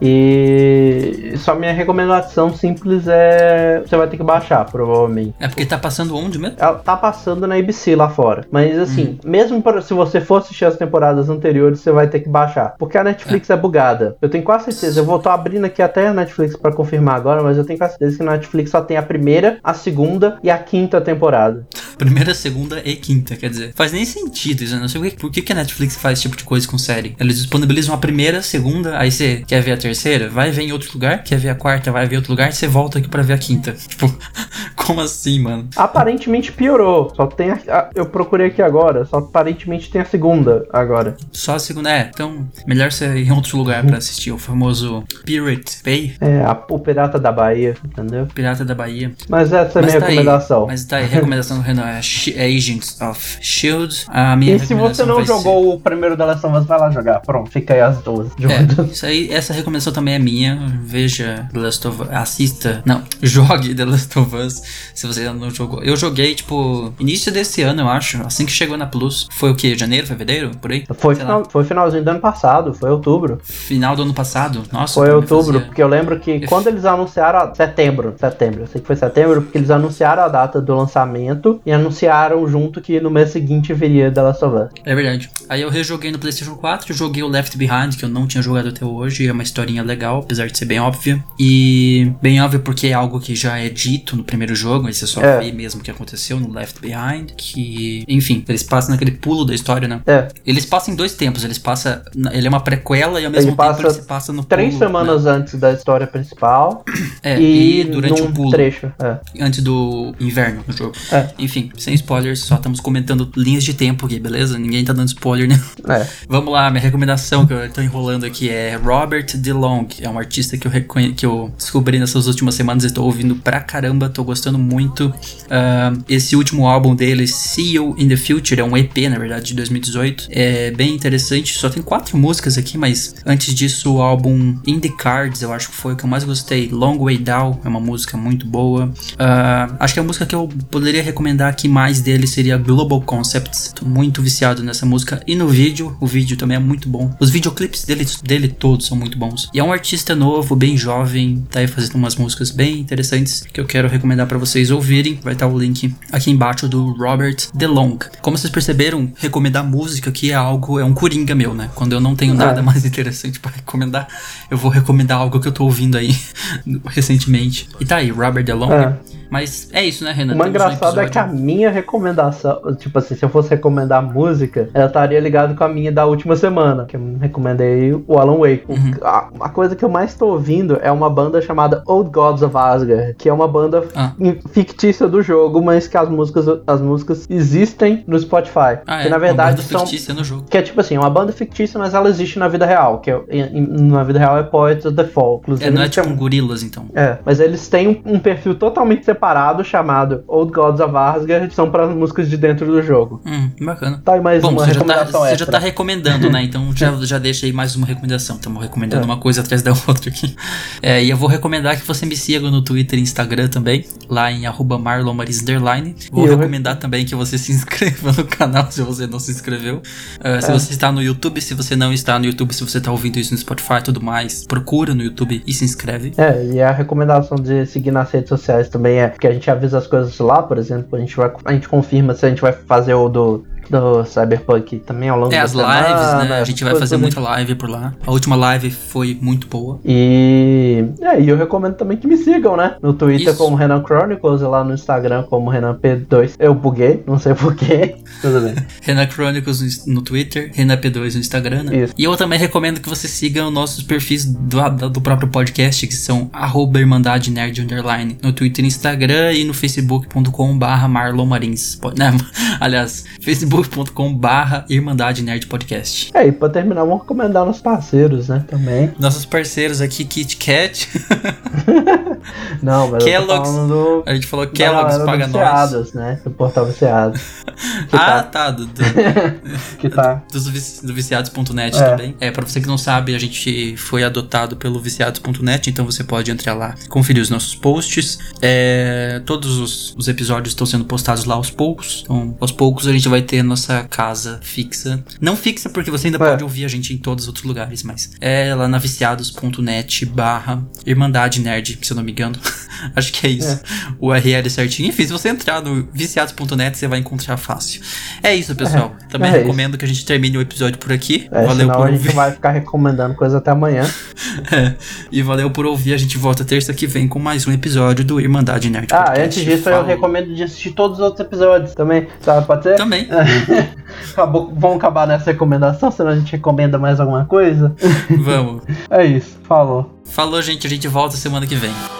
e só minha recomendação simples é... Você vai ter que baixar, provavelmente. É porque tá passando onde mesmo? Ela tá passando na A B C lá fora. Mas assim, Uhum. mesmo pra, se você for assistir as temporadas anteriores, você vai ter que baixar. Porque a Netflix é, é bugada. Eu tenho quase certeza. Eu vou tô abrindo aqui até a Netflix pra confirmar agora, mas eu tenho quase certeza que na Netflix só tem a primeira, a segunda e a quinta temporada. Primeira, segunda e quinta, quer dizer. Faz nem sentido isso, né? Não sei por que, por que que a Netflix faz esse tipo de coisa com série. Eles disponibilizam a primeira, segunda, aí você quer ver a terceira, vai ver em outro lugar, quer ver a quarta, vai ver em outro lugar, você volta aqui pra ver a quinta. Tipo, como assim, mano? Aparentemente piorou. Só tem a, a, eu procurei aqui agora, só aparentemente tem a segunda agora. Só a segunda, é. Então, melhor você ir em outro lugar pra assistir o famoso Pirate Bay. É, a, o Pirata da Bahia, entendeu? Pirata da Bahia. Mas essa é a Mas minha tá recomendação. Aí, mas tá aí, a recomendação do Renan é, é Agents of Shield. A minha E se você recomendação não vai jogou ser... o primeiro da Last of Us, vai lá jogar. Pronto, fica aí as duas. É, isso aí, essa recomendação também é minha. Veja The Last of Us, assista, não, jogue The Last of Us, se você ainda não jogou. Eu joguei, tipo, início desse ano, eu acho, assim que chegou na Plus. Foi o quê? Janeiro, fevereiro? Por aí? Foi, Sei final, lá. foi finalzinho do ano passado, foi outubro. Final do ano passado? Nossa. Foi como outubro, fazia... porque eu lembro que quando eles anunciaram... A, setembro, setembro, eu sei que foi setembro, porque eles anunciaram a data do lançamento e anunciaram junto que no mês seguinte viria The Last of Us. É verdade. Aí eu rejoguei no PlayStation quatro, joguei o Left Behind, que eu não tinha jogado até hoje, é uma historinha legal, apesar de ser bem óbvia. E bem óbvio porque é algo que já é dito no primeiro jogo, aí você só É. vê mesmo o que aconteceu no Left Behind, que, enfim, eles passam naquele pulo da história, né? É, Eles passam em dois tempos, eles passam, ele é uma prequela e ao mesmo Ele tempo passa ele se passa no três pulo, semanas né? antes da história principal É, e, e durante num o pulo, trecho. É. antes do inverno no jogo. É. Enfim, sem spoilers, só estamos comentando linhas de tempo aqui, beleza? Ninguém tá dando spoiler, né? É. Vamos lá, minha recomendação que eu tô enrolando aqui é Robert DeLong. É um artista que eu, reconhe- que eu descobri nessas últimas semanas e tô ouvindo pra caramba, tô gostando muito. Ah, esse último álbum dele, See You in the Future, é um E P, na verdade, de dois mil e dezoito. É bem interessante, só tem quatro músicas aqui, mas antes disso o álbum In the Cards, eu acho que foi o que eu mais gostei. Long Way Down é uma música muito boa. Ah, acho que a música que eu poderia recomendar aqui mais dele seria Global Concepts. Tô muito viciado nessa música. E no vídeo, o vídeo também é muito bom. Os videoclipes dele, dele todos são muito bons. E é um artista novo, bem jovem, tá aí fazendo umas músicas bem interessantes que eu quero recomendar pra vocês ouvirem. Vai estar o link aqui embaixo do Robert DeLong. Como vocês perceberam, recomendar música aqui é algo, é um coringa meu, né? Quando eu não tenho nada é. mais interessante pra recomendar, eu vou recomendar algo que eu tô ouvindo aí recentemente. E tá aí, Robert DeLong. É. Mas é isso, né, Renan? O mais engraçado um é que a minha recomendação, tipo assim, se eu fosse recomendar música, ela estaria ligada com a minha da última semana, que eu recomendei o Alan Wake. Uhum. A, a coisa que eu mais tô ouvindo é uma banda chamada Old Gods of Asgard, que é uma banda ah. fictícia do jogo, mas que as músicas, as músicas existem no Spotify. Ah, que é? na verdade uma banda são fictícia no jogo. Que é tipo assim, uma banda fictícia, mas ela existe na vida real, que é, na vida real é Poets of the Fall. Inclusive, é, não é tipo têm, um Gorillaz, então. É, mas eles têm um, um perfil totalmente separado chamado Old Gods of Asgard, são para as músicas de dentro do jogo. Hum, bacana. Tá aí mais Bom, uma você recomendação já tá, extra. Você já tá recomendando, né? Então já, já deixa aí mais uma recomendação. Estamos recomendando é. uma coisa atrás da outra aqui. É, e eu vou recomendar que você me siga no Twitter e Instagram também, lá em arroba marlonmaris underline. Vou e recomendar eu... também que você se inscreva no canal se você não se inscreveu. Uh, se é. você está no YouTube, se você não está no YouTube, se você está ouvindo isso no Spotify e tudo mais, procura no YouTube e se inscreve. É, e a recomendação de seguir nas redes sociais também é que a gente avisa as coisas lá, por exemplo. A gente, vai, a gente confirma se a gente vai fazer o do, do Cyberpunk também ao longo é, da as semana. lives, né? A gente vai fazer muita live por lá. A última live foi muito boa. E, é, e eu recomendo também que me sigam, né? No Twitter Isso. como Renan Chronicles e lá no Instagram como Renan P dois. Eu buguei, não sei porquê. Tudo bem. Renan Chronicles no Twitter, Renan P dois no Instagram, né? Isso. E eu também recomendo que você siga os nossos perfis do, do próprio podcast, que são arroba Irmandade Nerd Underline, no Twitter e Instagram e no facebook ponto com barra Marlon Marins. Né? Aliás, facebook ponto com barra Irmandade Nerd Podcast. É, e pra terminar, vamos recomendar nossos parceiros, né? Também. Nossos parceiros aqui, Kit Kat. Não, mas Kellogg's. Do... A gente falou Kellogg's paga do nós. Viciados, né? Do portal Viciados. Ah, tá. tá do, do, que tá. Do, do viciados ponto net é. também. É, pra você que não sabe, a gente foi adotado pelo viciados ponto net, então você pode entrar lá, conferir os nossos posts. É, todos os, os episódios estão sendo postados lá aos poucos. Então, aos poucos a gente vai ter nossa casa fixa. Não fixa porque você ainda é. pode ouvir a gente em todos os outros lugares, mas é lá na viciados ponto net barra Irmandade Nerd, se eu não me engano. Acho que é isso. É. O U R L certinho. Enfim, se você entrar no viciados ponto net, você vai encontrar fácil. É isso, pessoal. É. Também é recomendo isso. que a gente termine o episódio por aqui. É, valeu por ouvir. A gente vai ficar recomendando coisa até amanhã. É. E valeu por ouvir. A gente volta terça que vem com mais um episódio do Irmandade Nerd Ah, Podcast. antes disso, Falou. eu recomendo de assistir todos os outros episódios também. Sabe, pode ser? Também. Acabou, vamos acabar nessa recomendação, senão a gente recomenda mais alguma coisa? Vamos. É isso. Falou. Falou, gente. A gente volta semana que vem.